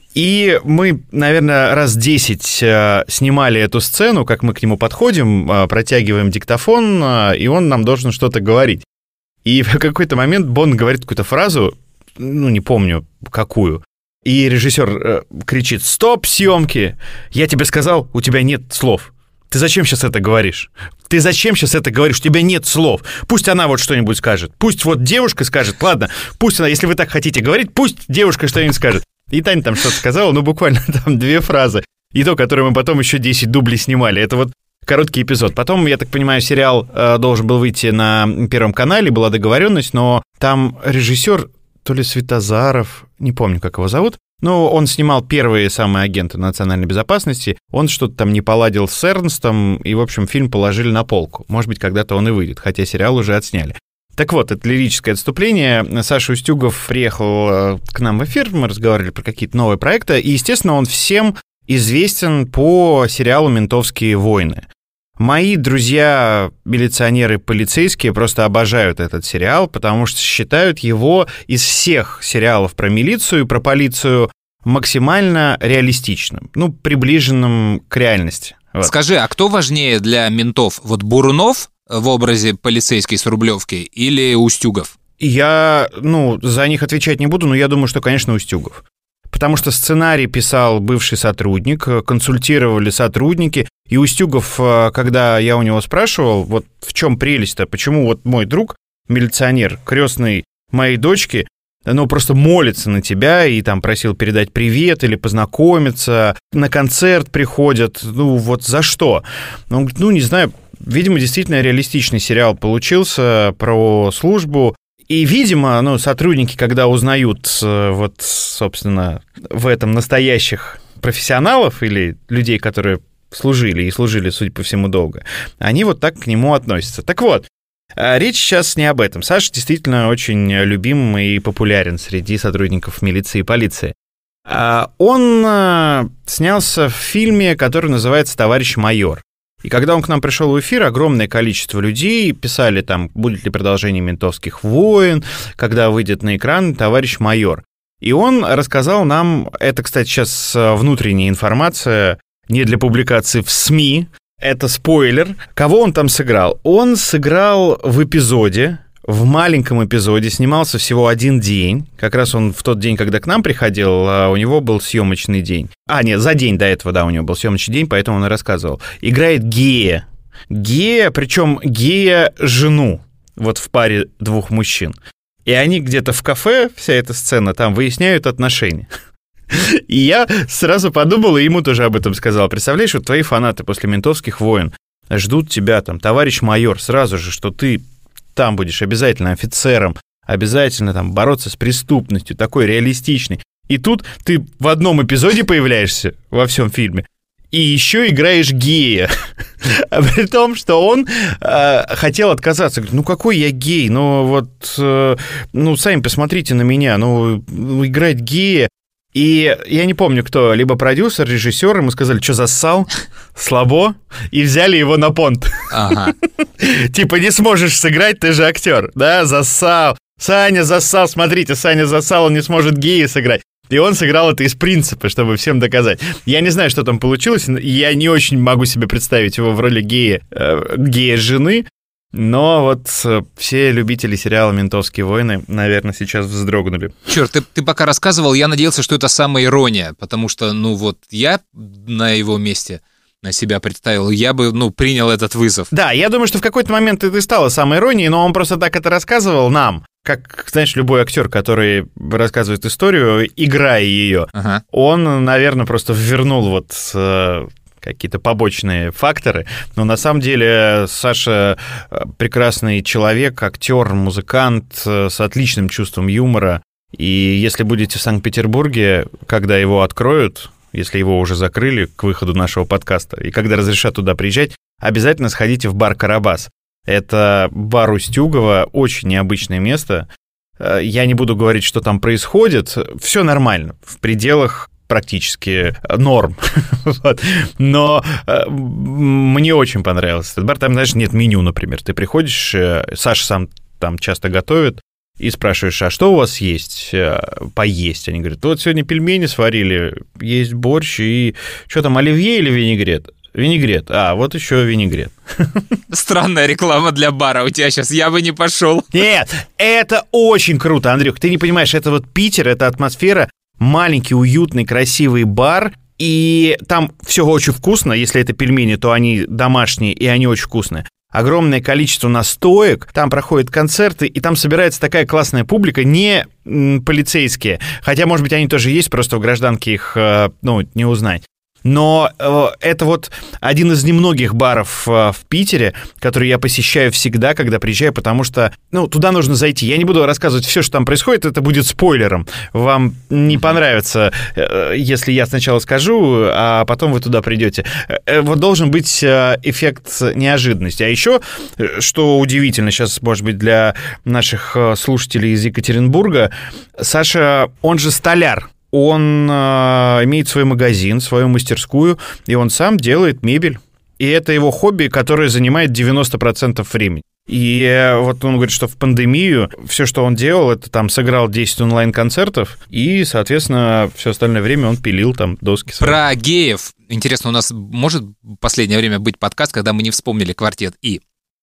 И мы, наверное, раз десять э, снимали эту сцену, как мы к нему подходим, э, протягиваем диктофон, э, и он нам должен что-то говорить. И в какой-то момент Бон говорит какую-то фразу, ну, не помню, какую. И режиссер э, кричит: «Стоп, съемки! Я тебе сказал, у тебя нет слов. Ты зачем сейчас это говоришь? Ты зачем сейчас это говоришь? У тебя нет слов. Пусть она вот что-нибудь скажет. Пусть вот девушка скажет. Ладно, пусть она, если вы так хотите говорить, пусть девушка что-нибудь скажет». И Таня там что-то сказала, ну, буквально там две фразы. И то, которые мы потом еще десять дублей снимали. Это вот короткий эпизод. Потом, я так понимаю, сериал э, должен был выйти на Первом канале, была договоренность, но там режиссер, то ли Светозаров, не помню, как его зовут, но он снимал первые самые агенты национальной безопасности, он что-то там не поладил с Эрнстом, и, в общем, фильм положили на полку. Может быть, когда-то он и выйдет, хотя сериал уже отсняли. Так вот, это лирическое отступление. Саша Устюгов приехал к нам в эфир, мы разговаривали про какие-то новые проекты, и, естественно, он всем известен по сериалу «Ментовские войны». Мои друзья, милиционеры, полицейские просто обожают этот сериал, потому что считают его из всех сериалов про милицию и про полицию максимально реалистичным, ну, приближенным к реальности. Вот. Скажи, а кто важнее для ментов? Вот Бурунов в образе полицейской с Рублевки или Устюгов? Я, ну, за них отвечать не буду, но я думаю, что, конечно, Устюгов. Потому что сценарий писал бывший сотрудник, консультировали сотрудники, и Устюгов, когда я у него спрашивал, вот в чем прелесть-то, почему вот мой друг, милиционер, крестный моей дочки, ну, просто молится на тебя и там просил передать привет или познакомиться, на концерт приходят, ну, вот за что? Он говорит, ну, не знаю, видимо, действительно реалистичный сериал получился про службу. И, видимо, ну, сотрудники, когда узнают, вот, собственно, в этом настоящих профессионалов или людей, которые служили и служили, судя по всему, долго, они вот так к нему относятся. Так вот, речь сейчас не об этом. Саша действительно очень любим и популярен среди сотрудников милиции и полиции. Он снялся в фильме, который называется «Товарищ майор». И когда он к нам пришел в эфир, огромное количество людей писали там, будет ли продолжение «Ментовских войн», когда выйдет на экран «Товарищ майор». И он рассказал нам, это, кстати, сейчас внутренняя информация, не для публикации в СМИ, это спойлер, кого он там сыграл. Он сыграл в эпизоде, в маленьком эпизоде, снимался всего один день. Как раз он в тот день, когда к нам приходил, у него был съемочный день. А, нет, за день до этого, да, у него был съемочный день, поэтому он и рассказывал. Играет гея. Гея, причем гея жену, вот в паре двух мужчин. И они где-то в кафе, вся эта сцена, там выясняют отношения. И я сразу подумал, и ему тоже об этом сказал. Представляешь, вот твои фанаты после «Ментовских войн» ждут тебя там, товарищ майор, сразу же, что ты там будешь обязательно офицером, обязательно там бороться с преступностью, такой реалистичный. И тут ты в одном эпизоде появляешься во всем фильме, и еще играешь гея. При том, что он э, хотел отказаться. Говорит, ну какой я гей? Ну вот, э, ну сами посмотрите на меня, ну играть гея. И я не помню, кто, либо продюсер, режиссер, ему сказали, что зассал, слабо, и взяли его на понт. Ага. Типа не сможешь сыграть, ты же актер, да, зассал. Саня зассал, смотрите, Саня зассал, он не сможет гея сыграть. И он сыграл это из принципа, чтобы всем доказать. Я не знаю, что там получилось, я не очень могу себе представить его в роли гея, э, гея-жены, но вот э, все любители сериала «Ментовские войны», наверное, сейчас вздрогнули. Черт, ты, ты пока рассказывал, я надеялся, что это самая ирония, потому что, ну вот, я на его месте... на себя представил, я бы, ну, принял этот вызов. Да, я думаю, что в какой-то момент это и стало самой иронией, но он просто так это рассказывал нам, как, знаешь, любой актер, который рассказывает историю, играя ее, ага. он, наверное, просто ввернул вот э, какие-то побочные факторы, но на самом деле Саша прекрасный человек, актер, музыкант с отличным чувством юмора, и если будете в Санкт-Петербурге, когда его откроют, если его уже закрыли к выходу нашего подкаста, и когда разрешат туда приезжать, обязательно сходите в бар «Карабас». Это бар Устюгова, очень необычное место. Я не буду говорить, что там происходит. Все нормально, в пределах практически норм. Вот. Но мне очень понравился этот бар. Там, знаешь, нет меню, например. Ты приходишь, Саша сам там часто готовит, и спрашиваешь, а что у вас есть поесть? Они говорят, вот сегодня пельмени сварили, есть борщ, и что там, оливье или винегрет? Винегрет. А, вот еще винегрет. Странная реклама для бара у тебя сейчас, я бы не пошел. Нет, это очень круто, Андрюх. Ты не понимаешь, это вот Питер, это атмосфера, маленький, уютный, красивый бар, и там все очень вкусно. Если это пельмени, то они домашние, и они очень вкусные. Огромное количество настоек, там проходят концерты, и там собирается такая классная публика, не полицейские, хотя, может быть, они тоже есть, просто в гражданке их, ну, не узнать. Но э, это вот один из немногих баров э, в Питере, который я посещаю всегда, когда приезжаю, потому что, ну, туда нужно зайти. Я не буду рассказывать все, что там происходит, это будет спойлером. Вам не понравится, э, если я сначала скажу, а потом вы туда придете. Э, вот должен быть э, эффект неожиданности. А еще, что удивительно сейчас, может быть, для наших слушателей из Екатеринбурга, Саша, он же столяр. Он э, имеет свой магазин, свою мастерскую, и он сам делает мебель. И это его хобби, которое занимает девяносто процентов времени. И э, вот он говорит, что в пандемию все, что он делал, это там сыграл десять онлайн-концертов, и, соответственно, все остальное время он пилил там доски. Свои. Про геев. Интересно, у нас может в последнее время быть подкаст, когда мы не вспомнили «Квартет И».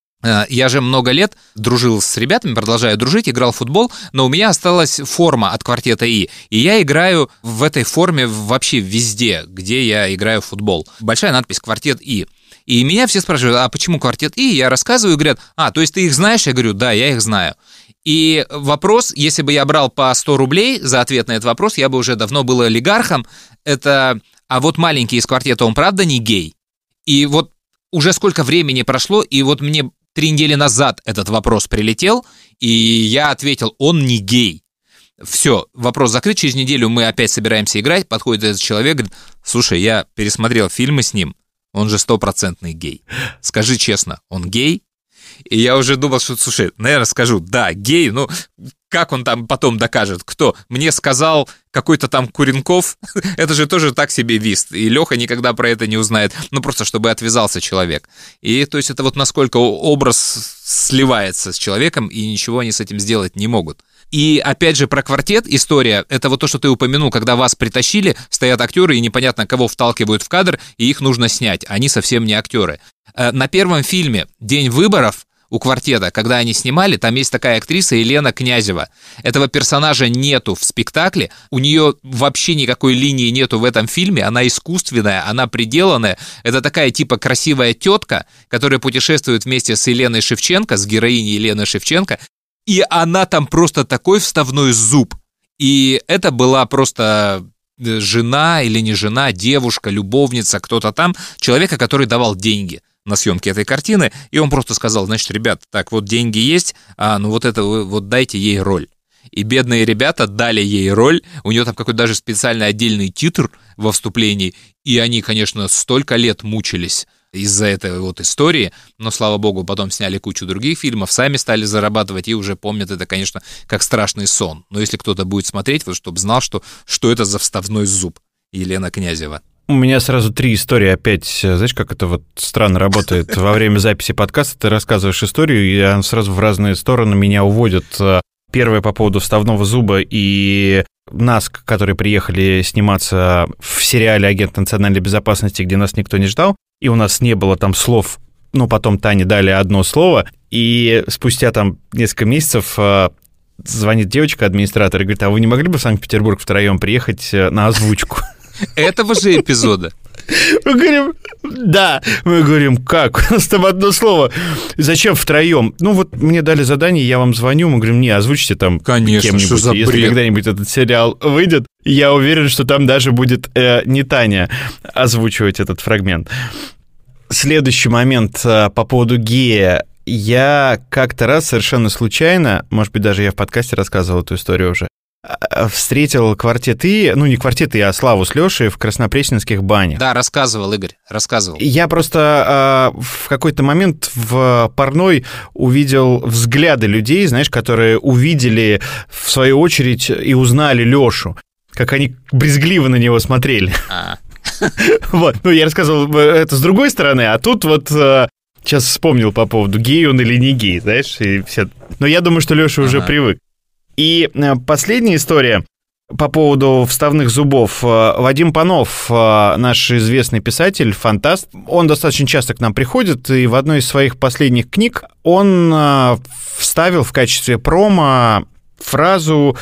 Я же много лет дружил с ребятами, продолжаю дружить, играл в футбол, но у меня осталась форма от «Квартета И», и я играю в этой форме вообще везде, где я играю в футбол. Большая надпись «Квартет И». И меня все спрашивают, а почему «Квартет И»? Я рассказываю и говорят, а, то есть ты их знаешь? Я говорю, да, я их знаю. И вопрос, если бы я брал по сто рублей за ответ на этот вопрос, я бы уже давно был олигархом. Это, а вот маленький из «Квартета», он правда не гей? И вот уже сколько времени прошло, и вот мне... Три недели назад этот вопрос прилетел, и я ответил, он не гей. Все, вопрос закрыт, через неделю мы опять собираемся играть, подходит этот человек, говорит, слушай, я пересмотрел фильмы с ним, он же стопроцентный гей. Скажи честно, он гей? И я уже думал, что, слушай, наверное, скажу, да, гей, ну, как он там потом докажет? Кто? Мне сказал какой-то там Куренков, это же тоже так себе вист, и Леха никогда про это не узнает, ну, просто чтобы отвязался человек. И, то есть, это вот насколько образ сливается с человеком, и ничего они с этим сделать не могут. И, опять же, про «Квартет» история, это вот то, что ты упомянул, когда вас притащили, стоят актеры, и непонятно, кого вталкивают в кадр, и их нужно снять, они совсем не актеры. На первом фильме «День выборов» у «Квартета», когда они снимали, там есть такая актриса Елена Князева. Этого персонажа нету в спектакле, у нее вообще никакой линии нету в этом фильме, она искусственная, она приделанная. Это такая типа красивая тетка, которая путешествует вместе с Еленой Шевченко, с героиней Елены Шевченко, и она там просто такой вставной зуб. И это была просто... жена или не жена, девушка, любовница, кто-то там, человека, который давал деньги на съемки этой картины, и он просто сказал, значит, ребят, так вот деньги есть, а ну вот это вот дайте ей роль. И бедные ребята дали ей роль, у нее там какой-то даже специальный отдельный титр во вступлении, и они, конечно, столько лет мучились из-за этой вот истории, но, слава богу, потом сняли кучу других фильмов, сами стали зарабатывать и уже помнят это, конечно, как страшный сон. Но если кто-то будет смотреть, вот чтобы знал, что, что это за вставной зуб. Елена Князева. У меня сразу три истории опять. Знаешь, как это вот странно работает во время записи подкаста? Ты рассказываешь историю, и она сразу в разные стороны меня уводит. Первое по поводу вставного зуба и нас, которые приехали сниматься в сериале «Агент национальной безопасности», где нас никто не ждал, и у нас не было там слов, но потом Тане дали одно слово, и спустя там несколько месяцев звонит девочка-администратор и говорит: а вы не могли бы в Санкт-Петербург втроем приехать на озвучку? Этого же эпизода. Мы говорим, да. Мы говорим, как? У нас там одно слово. Зачем втроем? Ну вот мне дали задание, я вам звоню. Мы говорим, не, озвучите там Конечно, кем-нибудь. что за Если бред? когда-нибудь этот сериал выйдет, я уверен, что там даже будет э, не Таня озвучивать этот фрагмент. Следующий момент э, по поводу гея. Я как-то раз совершенно случайно, может быть, даже я в подкасте рассказывал эту историю уже, встретил квартет И, ну не квартет И, а Славу с Лешей в краснопресненских банях. Да, рассказывал, Игорь, рассказывал. Я просто э, в какой-то момент в парной увидел взгляды людей, знаешь, которые увидели в свою очередь и узнали Лешу, как они брезгливо на него смотрели. А. Вот, ну я рассказывал это с другой стороны, а тут вот... Сейчас вспомнил по поводу, гей он или не гей, знаешь, и все. Но я думаю, что Леша ага. уже привык. И последняя история по поводу вставных зубов. Вадим Панов, наш известный писатель, фантаст, он достаточно часто к нам приходит, и в одной из своих последних книг он вставил в качестве промо фразу,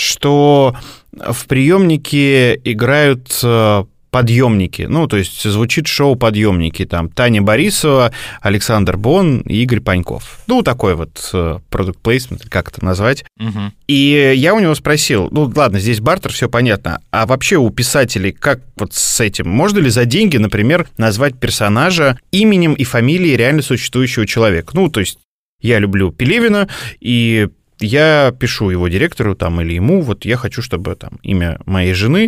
что в приемнике играют... подъемники, ну, то есть звучит шоу «Подъемники», там Таня Борисова, Александр Бон и Игорь Паньков. Ну, такой вот продукт плейсмент, как это назвать. Угу. И я у него спросил, ну, ладно, здесь бартер, все понятно, а вообще у писателей как вот с этим? Можно ли за деньги, например, назвать персонажа именем и фамилией реально существующего человека? Ну, то есть я люблю Пелевина, и я пишу его директору там или ему, вот я хочу, чтобы там имя моей жены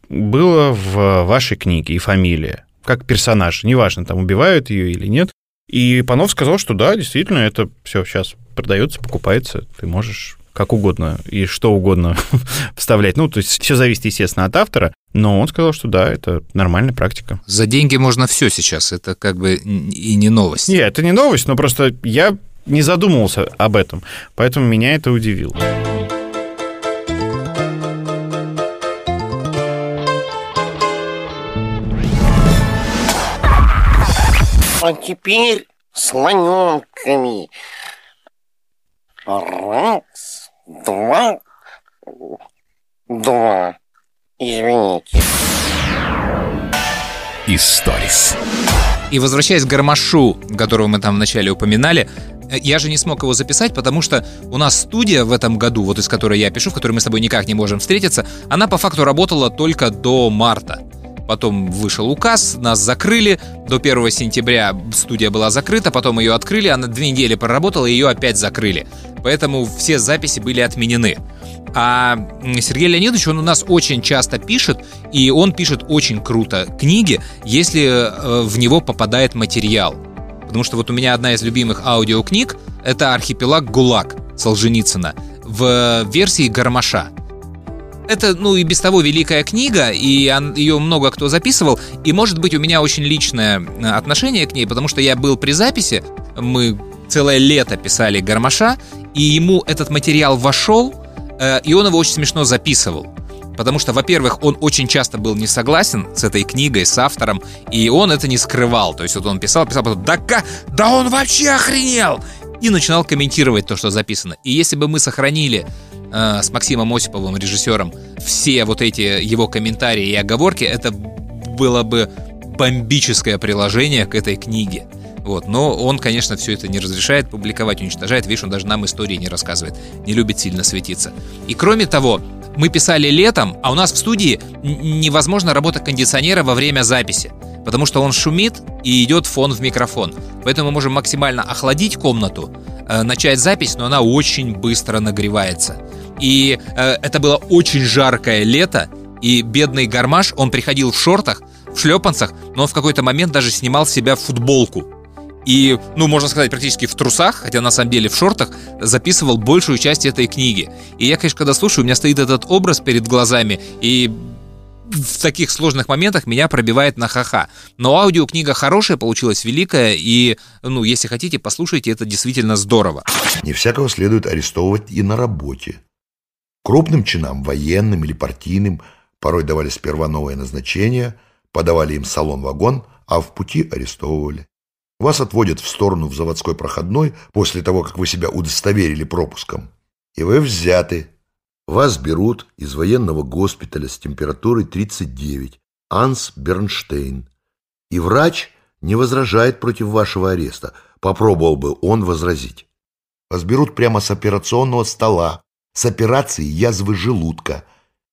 было в вашей книге и фамилия, как персонаж, неважно, там убивают ее или нет. И Панов сказал, что да, действительно, это все сейчас продается, покупается, ты можешь как угодно и что угодно вставлять. Ну, то есть все зависит, естественно, от автора, но он сказал, что да, это нормальная практика. За деньги можно все сейчас, это как бы и не новость. Нет, это не новость, но просто я не задумывался об этом, поэтому меня это удивило. А теперь слоненками. Раз, два, два. Извините. Историс. И возвращаясь к Гармашу, которого мы там вначале упоминали, я же не смог его записать, потому что у нас студия в этом году, вот из которой я пишу, в которой мы с тобой никак не можем встретиться, она по факту работала только до марта. Потом вышел указ, нас закрыли, до первого сентября студия была закрыта, потом ее открыли, она две недели проработала, и ее опять закрыли. Поэтому все записи были отменены. А Сергей Леонидович, он у нас очень часто пишет, и он пишет очень круто книги, если в него попадает материал. Потому что вот у меня одна из любимых аудиокниг — это «Архипелаг ГУЛАГ» Солженицына в версии Гармаша. Это, ну, и без того великая книга, и ее много кто записывал, и, может быть, у меня очень личное отношение к ней, потому что я был при записи, мы целое лето писали Гармаша, и ему этот материал вошел, и он его очень смешно записывал. Потому что, во-первых, он очень часто был не согласен с этой книгой, с автором, и он это не скрывал. То есть вот он писал, писал, потом, да, да он вообще охренел! И начинал комментировать то, что записано. И если бы мы сохранили э, с Максимом Осиповым, режиссером, все вот эти его комментарии и оговорки, это было бы бомбическое приложение к этой книге. Вот. Но он, конечно, все это не разрешает публиковать, уничтожает. Видишь, он даже нам истории не рассказывает. Не любит сильно светиться. И кроме того, мы писали летом, а у нас в студии невозможно работа кондиционера во время записи, потому что он шумит и идет фон в микрофон. Поэтому мы можем максимально охладить комнату, э, начать запись, но она очень быстро нагревается. И э, это было очень жаркое лето, и бедный Гармаш, он приходил в шортах, в шлепанцах, но он в какой-то момент даже снимал с себя футболку. И, ну, можно сказать, практически в трусах, хотя на самом деле в шортах, записывал большую часть этой книги. И я, конечно, когда слушаю, у меня стоит этот образ перед глазами, и в таких сложных моментах меня пробивает на ха-ха. Но аудиокнига хорошая, получилась великая, и, ну, если хотите, послушайте, это действительно здорово. Не всякого следует арестовывать и на работе. Крупным чинам, военным или партийным, порой давали сперва новое назначение, подавали им салон-вагон, а в пути арестовывали. Вас отводят в сторону в заводской проходной после того, как вы себя удостоверили пропуском, и вы взяты. Вас берут из военного госпиталя с температурой тридцать девять, Анс Бернштейн, и врач не возражает против вашего ареста, попробовал бы он возразить. Вас берут прямо с операционного стола, с операцией язвы желудка.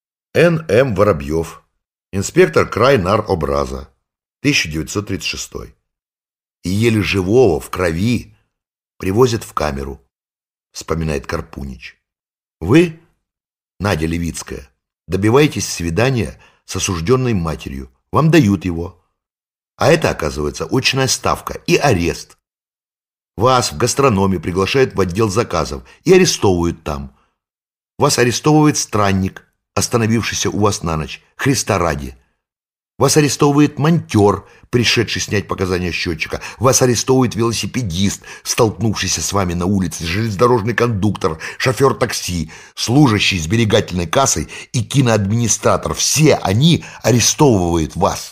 Н М Воробьев, инспектор крайнар-образа, тысяча девятьсот тридцать шестой. И еле живого в крови привозят в камеру, вспоминает Карпунич. Вы, Надя Левицкая, добиваетесь свидания с осужденной матерью. Вам дают его. А это, оказывается, очная ставка и арест. Вас в гастрономе приглашают в отдел заказов и арестовывают там. Вас арестовывает странник, остановившийся у вас на ночь, Христа ради. Вас арестовывает монтер, пришедший снять показания счетчика. Вас арестовывает велосипедист, столкнувшийся с вами на улице, железнодорожный кондуктор, шофер такси, служащий сберегательной кассой и киноадминистратор. Все они арестовывают вас.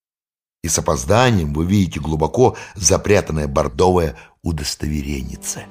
И с опозданием вы видите глубоко запрятанное бордовое удостоверенице.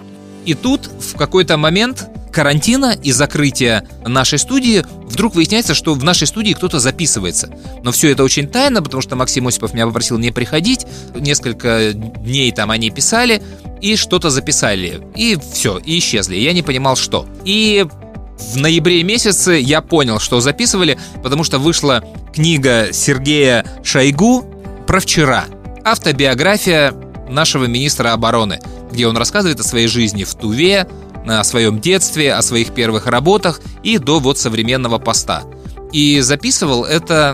И тут в какой-то момент карантина и закрытия нашей студии вдруг выясняется, что в нашей студии кто-то записывается. Но все это очень тайно, потому что Максим Осипов меня попросил не приходить. Несколько дней там они писали и что-то записали. И все, и исчезли. Я не понимал, что. И в ноябре месяце я понял, что записывали, потому что вышла книга Сергея Шойгу про вчера. Автобиография нашего министра обороны, где он рассказывает о своей жизни в Туве, о своем детстве, о своих первых работах и до вот современного поста. И записывал это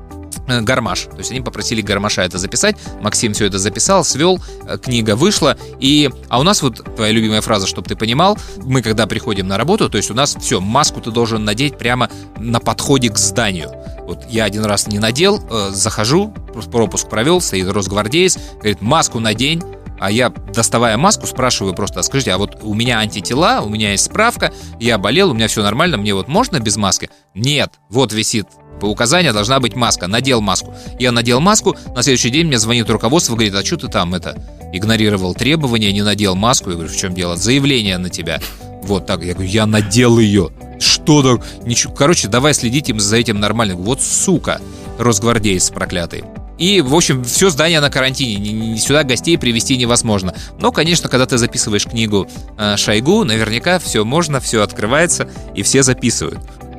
Гармаш. То есть они попросили Гармаша это записать. Максим все это записал, свел, книга вышла. И... А у нас вот твоя любимая фраза, чтобы ты понимал, мы когда приходим на работу, то есть у нас все, маску ты должен надеть прямо на подходе к зданию. Вот я один раз не надел, э, захожу, пропуск провел, стоит росгвардеец, говорит, маску надень. А я, доставая маску, спрашиваю просто, а скажите, а вот у меня антитела, у меня есть справка, я болел, у меня все нормально, мне вот можно без маски? Нет, вот висит по указанию, должна быть маска, надел маску. Я надел маску, на следующий день мне звонит руководство, говорит, а что ты там это, игнорировал требования, не надел маску? Я говорю, в чем дело? Заявление на тебя. Вот так, я говорю, я надел ее. Что так? Ничего. Короче, давай следить за этим нормально. Вот сука, росгвардеец проклятый. И, в общем, все здание на карантине, сюда гостей привезти невозможно. Но, конечно, когда ты записываешь книгу э, Шойгу, наверняка все можно, все открывается, и все записывают.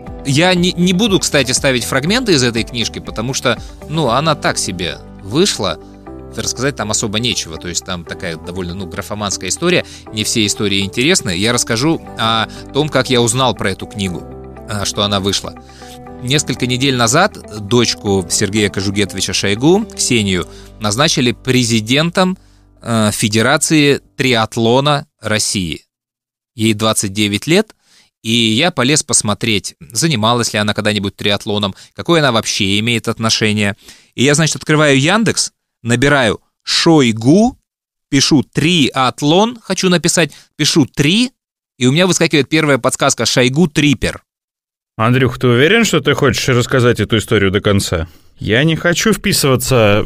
Я не, не буду, кстати, ставить фрагменты из этой книжки, потому что, ну, она так себе вышла, рассказать там особо нечего. То есть там такая довольно, ну, графоманская история, не все истории интересны. Я расскажу о том, как я узнал про эту книгу, что она вышла. Несколько недель назад дочку Сергея Кожугетовича Шойгу, Ксению, назначили президентом э, Федерации триатлона России. Ей двадцать девять лет, и я полез посмотреть, занималась ли она когда-нибудь триатлоном, какое она вообще имеет отношение. И я, значит, открываю Яндекс, набираю Шойгу, пишу триатлон, хочу написать, пишу три, и у меня выскакивает первая подсказка Шойгу Трипер. Андрюх, ты уверен, что ты хочешь рассказать эту историю до конца? Я не хочу вписываться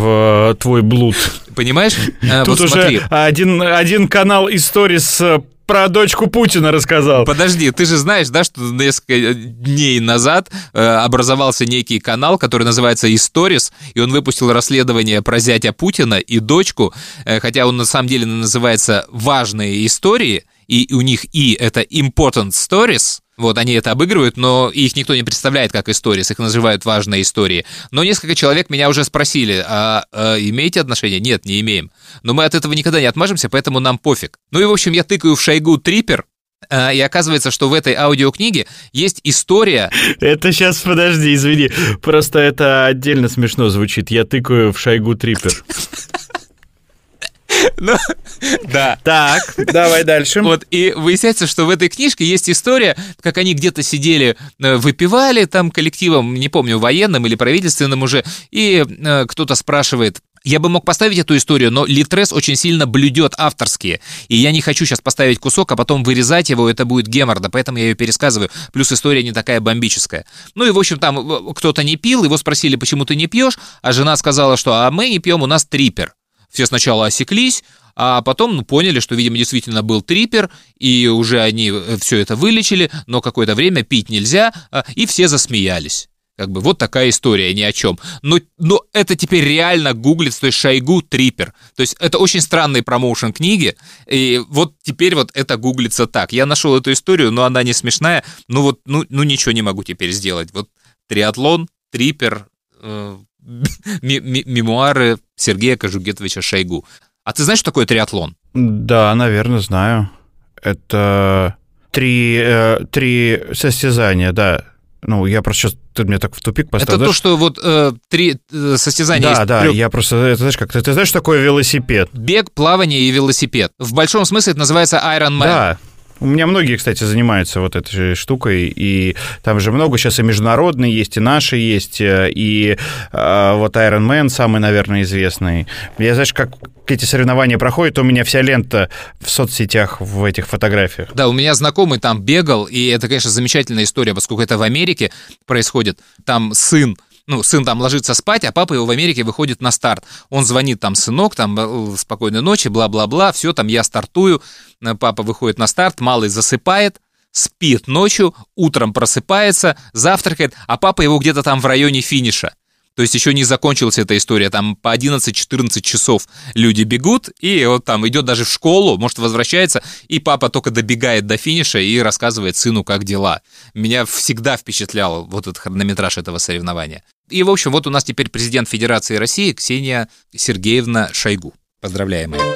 в твой блуд. Понимаешь? Тут вот уже один, один канал Историс про дочку Путина рассказал. Подожди, ты же знаешь, да, что несколько дней назад э, образовался некий канал, который называется Историс, и он выпустил расследование про зятя Путина и дочку, э, хотя он на самом деле называется «Важные истории», и у них «и» — это «Important Stories». Вот, они это обыгрывают, но их никто не представляет как историс, их называют важные истории. Но несколько человек меня уже спросили, а, а имеете отношение? Нет, не имеем. Но мы от этого никогда не отмажемся, поэтому нам пофиг. Ну и, в общем, я тыкаю в Шойгу Трипер, И оказывается, что в этой аудиокниге есть история... Это сейчас, подожди, извини, просто это отдельно смешно звучит. Я тыкаю в Шойгу Трипер. Ну, да. Так, давай дальше. Вот, и выясняется, что в этой книжке есть история, как они где-то сидели, выпивали там коллективом, не помню, военным или правительственным уже, и э, кто-то спрашивает... Я бы мог поставить эту историю, но Литрес очень сильно блюдет авторские, и я не хочу сейчас поставить кусок, а потом вырезать его, это будет геморно, поэтому я ее пересказываю, плюс история не такая бомбическая. Ну и, в общем, там кто-то не пил, его спросили, почему ты не пьешь, а жена сказала, что а мы не пьем, у нас трипер. Все сначала осеклись, а потом ну, поняли, что, видимо, действительно был трипер, и уже они все это вылечили, но какое-то время пить нельзя, и все засмеялись. Как бы вот такая история, ни о чем. Но, но это теперь реально гуглится, то есть Шойгу Трипер. То есть это очень странный промоушен книги, и вот теперь вот это гуглится так. Я нашел эту историю, но она не смешная, ну вот, ну, ну ничего не могу теперь сделать. Вот триатлон, Трипер, э, мемуары Сергея Кожугетовича Шойгу. А ты знаешь, что такое триатлон? Да, наверное, знаю. Это три, э, три состязания, да. Ну, я просто сейчас, ты меня так в тупик поставил. Это знаешь? то, что вот э, три э, состязания да, есть. Да, трёх... да, я просто, это, знаешь, как, ты, ты знаешь, что такое велосипед? Бег, плавание и велосипед. В большом смысле это называется Iron Man. Да. У меня многие, кстати, занимаются вот этой же штукой, и там же много сейчас и международные есть, и наши есть, и э, вот Iron Man самый, наверное, известный. Я, знаешь, как эти соревнования проходят, у меня вся лента в соцсетях в этих фотографиях. Да, у меня знакомый там бегал, и это, конечно, замечательная история, поскольку это в Америке происходит. Там сын, ну, сын там ложится спать, а папа его в Америке выходит на старт. Он звонит там, сынок, там, спокойной ночи, бла-бла-бла, все, там, я стартую, папа выходит на старт, малый засыпает, спит ночью, утром просыпается, завтракает, а папа его где-то там в районе финиша. То есть еще не закончилась эта история, там по одиннадцать-четырнадцать часов люди бегут, и вот там идет даже в школу, может, возвращается, и папа только добегает до финиша и рассказывает сыну, как дела. Меня всегда впечатлял вот этот хронометраж этого соревнования. И, в общем, вот у нас теперь президент Федерации России Ксения Сергеевна Шойгу. Поздравляем ее.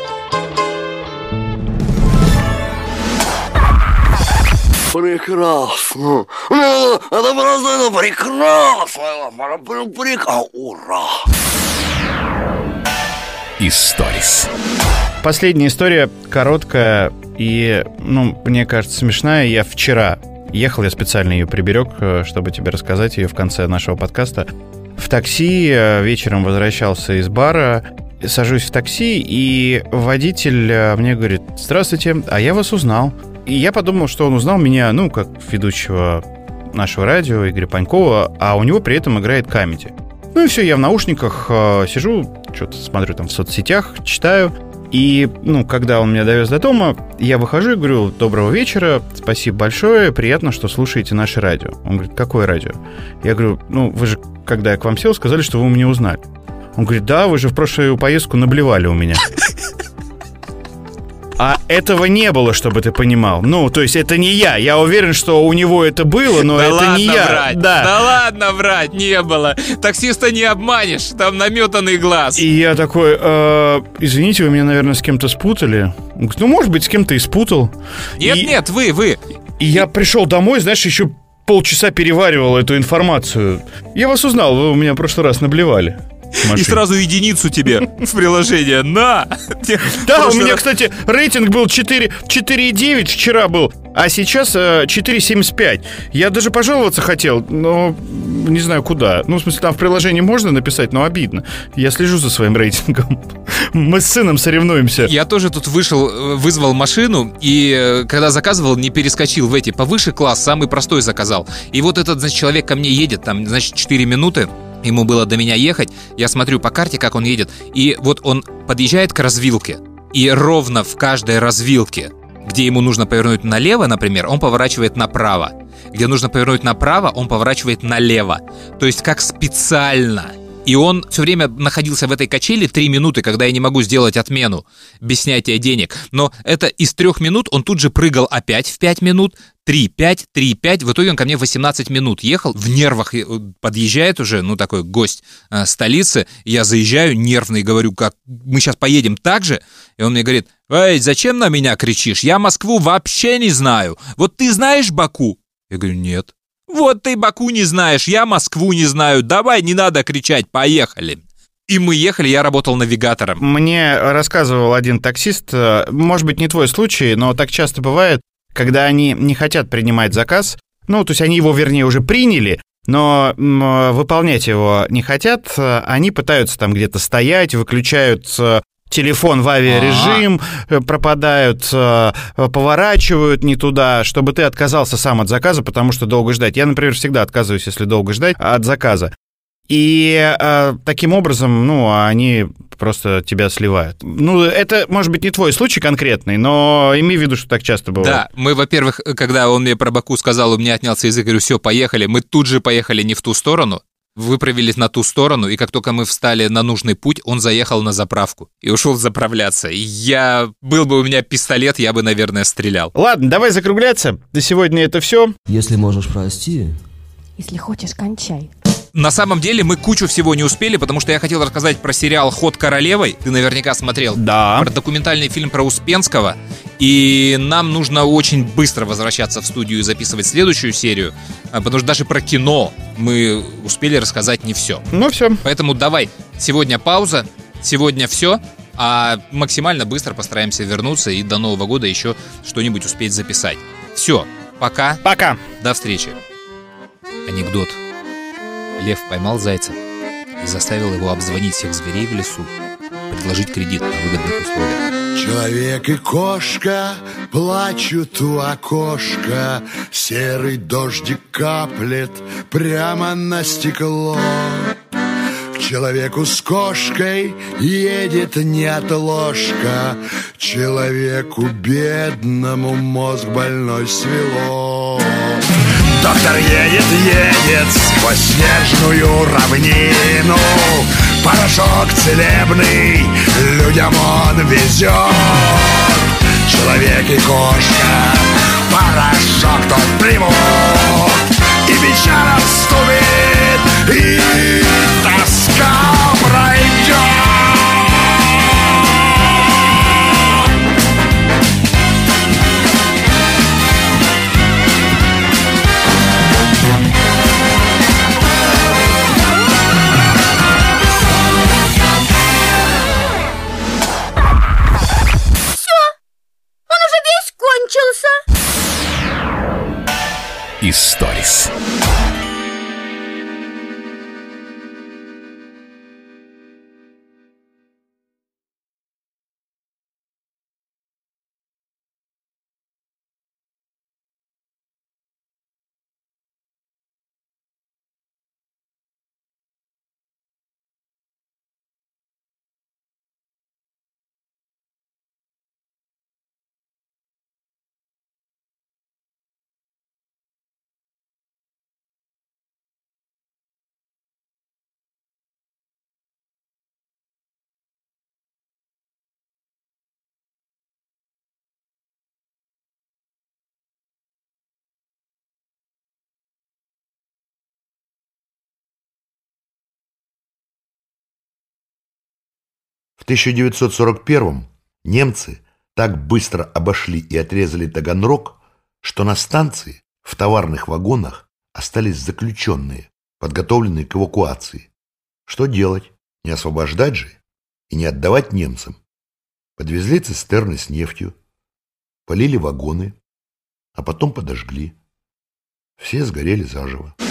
Прекрасно. Ну, это просто это прекрасно. Прекрасно. Ура. Историс. Последняя история короткая и, ну, мне кажется, смешная. Я вчера ехал, я специально ее приберег, чтобы тебе рассказать ее в конце нашего подкаста. В такси вечером возвращался из бара, сажусь в такси, и водитель мне говорит: «Здравствуйте, а я вас узнал». И я подумал, что он узнал меня, ну, как ведущего нашего радио Игоря Панькова, а у него при этом играет камеди. Ну и все, я в наушниках э, сижу, что-то смотрю там в соцсетях, читаю. И, ну, когда он меня довез до дома, я выхожу и говорю: «Доброго вечера, спасибо большое, приятно, что слушаете наше радио». Он говорит: «Какое радио?» Я говорю: «Ну, вы же, когда я к вам сел, сказали, что вы меня узнали». Он говорит: «Да, вы же в прошлую поездку наблевали у меня». А этого не было, чтобы ты понимал. Ну, то есть это не я. Я уверен, что у него это было, но да это ладно не я. Врать. Да. да ладно врать, не было. Таксиста не обманешь, там наметанный глаз. И я такой: э, извините, вы меня, наверное, с кем-то спутали. Он говорит: ну, может быть, с кем-то и спутал. Нет, и, нет, вы, вы. И я пришел домой, знаешь, еще полчаса переваривал эту информацию. Я вас узнал, вы у меня в прошлый раз наблевали. И сразу единицу тебе в приложение. На! Да, у меня, кстати, рейтинг был четыре и девять вчера был, а сейчас четыре семьдесят пять. Я даже пожаловаться хотел, но не знаю куда. Ну, в смысле, там в приложении можно написать, но обидно. Я слежу за своим рейтингом. Мы с сыном соревнуемся. Я тоже тут вышел, вызвал машину, и когда заказывал, не перескочил в эти повыше класс, самый простой заказал. И вот этот, значит, человек ко мне едет, там, значит, четыре минуты. Ему было до меня ехать, я смотрю по карте, как он едет, и вот он подъезжает к развилке, и ровно в каждой развилке, где ему нужно повернуть налево, например, он поворачивает направо. Где нужно повернуть направо, он поворачивает налево. То есть как специально И он все время находился в этой качели три минуты, когда я не могу сделать отмену без снятия денег. Но это из трех минут он тут же прыгал опять в пять минут, три, пять, три, пять. В итоге он ко мне восемнадцать минут ехал, в нервах подъезжает уже, ну, такой гость э, столицы. Я заезжаю нервный и говорю, как мы сейчас поедем так же? И он мне говорит: эй, зачем на меня кричишь? Я Москву вообще не знаю. Вот ты знаешь Баку? Я говорю: нет. Вот ты Баку не знаешь, я Москву не знаю. Давай, не надо кричать, поехали. И мы ехали, я работал навигатором. Мне рассказывал один таксист, может быть, не твой случай, но так часто бывает, когда они не хотят принимать заказ, ну, то есть они его, вернее, уже приняли, но выполнять его не хотят, они пытаются там где-то стоять, выключают телефон в авиарежим, А-а-а. пропадают, поворачивают не туда, чтобы ты отказался сам от заказа, потому что долго ждать. Я, например, всегда отказываюсь, если долго ждать, от заказа. И э, таким образом, ну, они просто тебя сливают. Ну, это, может быть, не твой случай конкретный, но имей в виду, что так часто бывает. Да, мы, во-первых, когда он мне про Баку сказал, у меня отнялся язык, говорю: все, поехали. Мы тут же поехали не в ту сторону, выправились на ту сторону, и как только мы встали на нужный путь, он заехал на заправку и ушел заправляться. Я... Был бы у меня пистолет, я бы, наверное, стрелял. Ладно, давай закругляться. На сегодня это все. Если можешь, прости. Если хочешь, кончай. На самом деле мы кучу всего не успели, потому что я хотел рассказать про сериал «Ход королевой». Ты наверняка смотрел. Да. Про документальный фильм про Успенского. И нам нужно очень быстро возвращаться в студию и записывать следующую серию, потому что даже про кино мы успели рассказать не все. Ну все. Поэтому давай, сегодня пауза, сегодня все, а максимально быстро постараемся вернуться и до Нового года еще что-нибудь успеть записать. Все, пока. Пока. До встречи. Анекдот. Лев поймал зайца и заставил его обзвонить всех зверей в лесу, предложить кредит на выгодных условиях. Человек и кошка плачут у окошка, серый дождик каплет прямо на стекло. К человеку с кошкой едет неотложка, человеку бедному мозг больной свело. Доктор едет, едет сквозь снежную равнину, порошок целебный людям он везет. Человек и кошка порошок тот примут, и печаль отступит, и тоска пройдет. Историс. В тысяча девятьсот сорок первом немцы так быстро обошли и отрезали Таганрог, что на станции в товарных вагонах остались заключенные, подготовленные к эвакуации. Что делать? Не освобождать же и не отдавать немцам. Подвезли цистерны с нефтью, полили вагоны, а потом подожгли. Все сгорели заживо.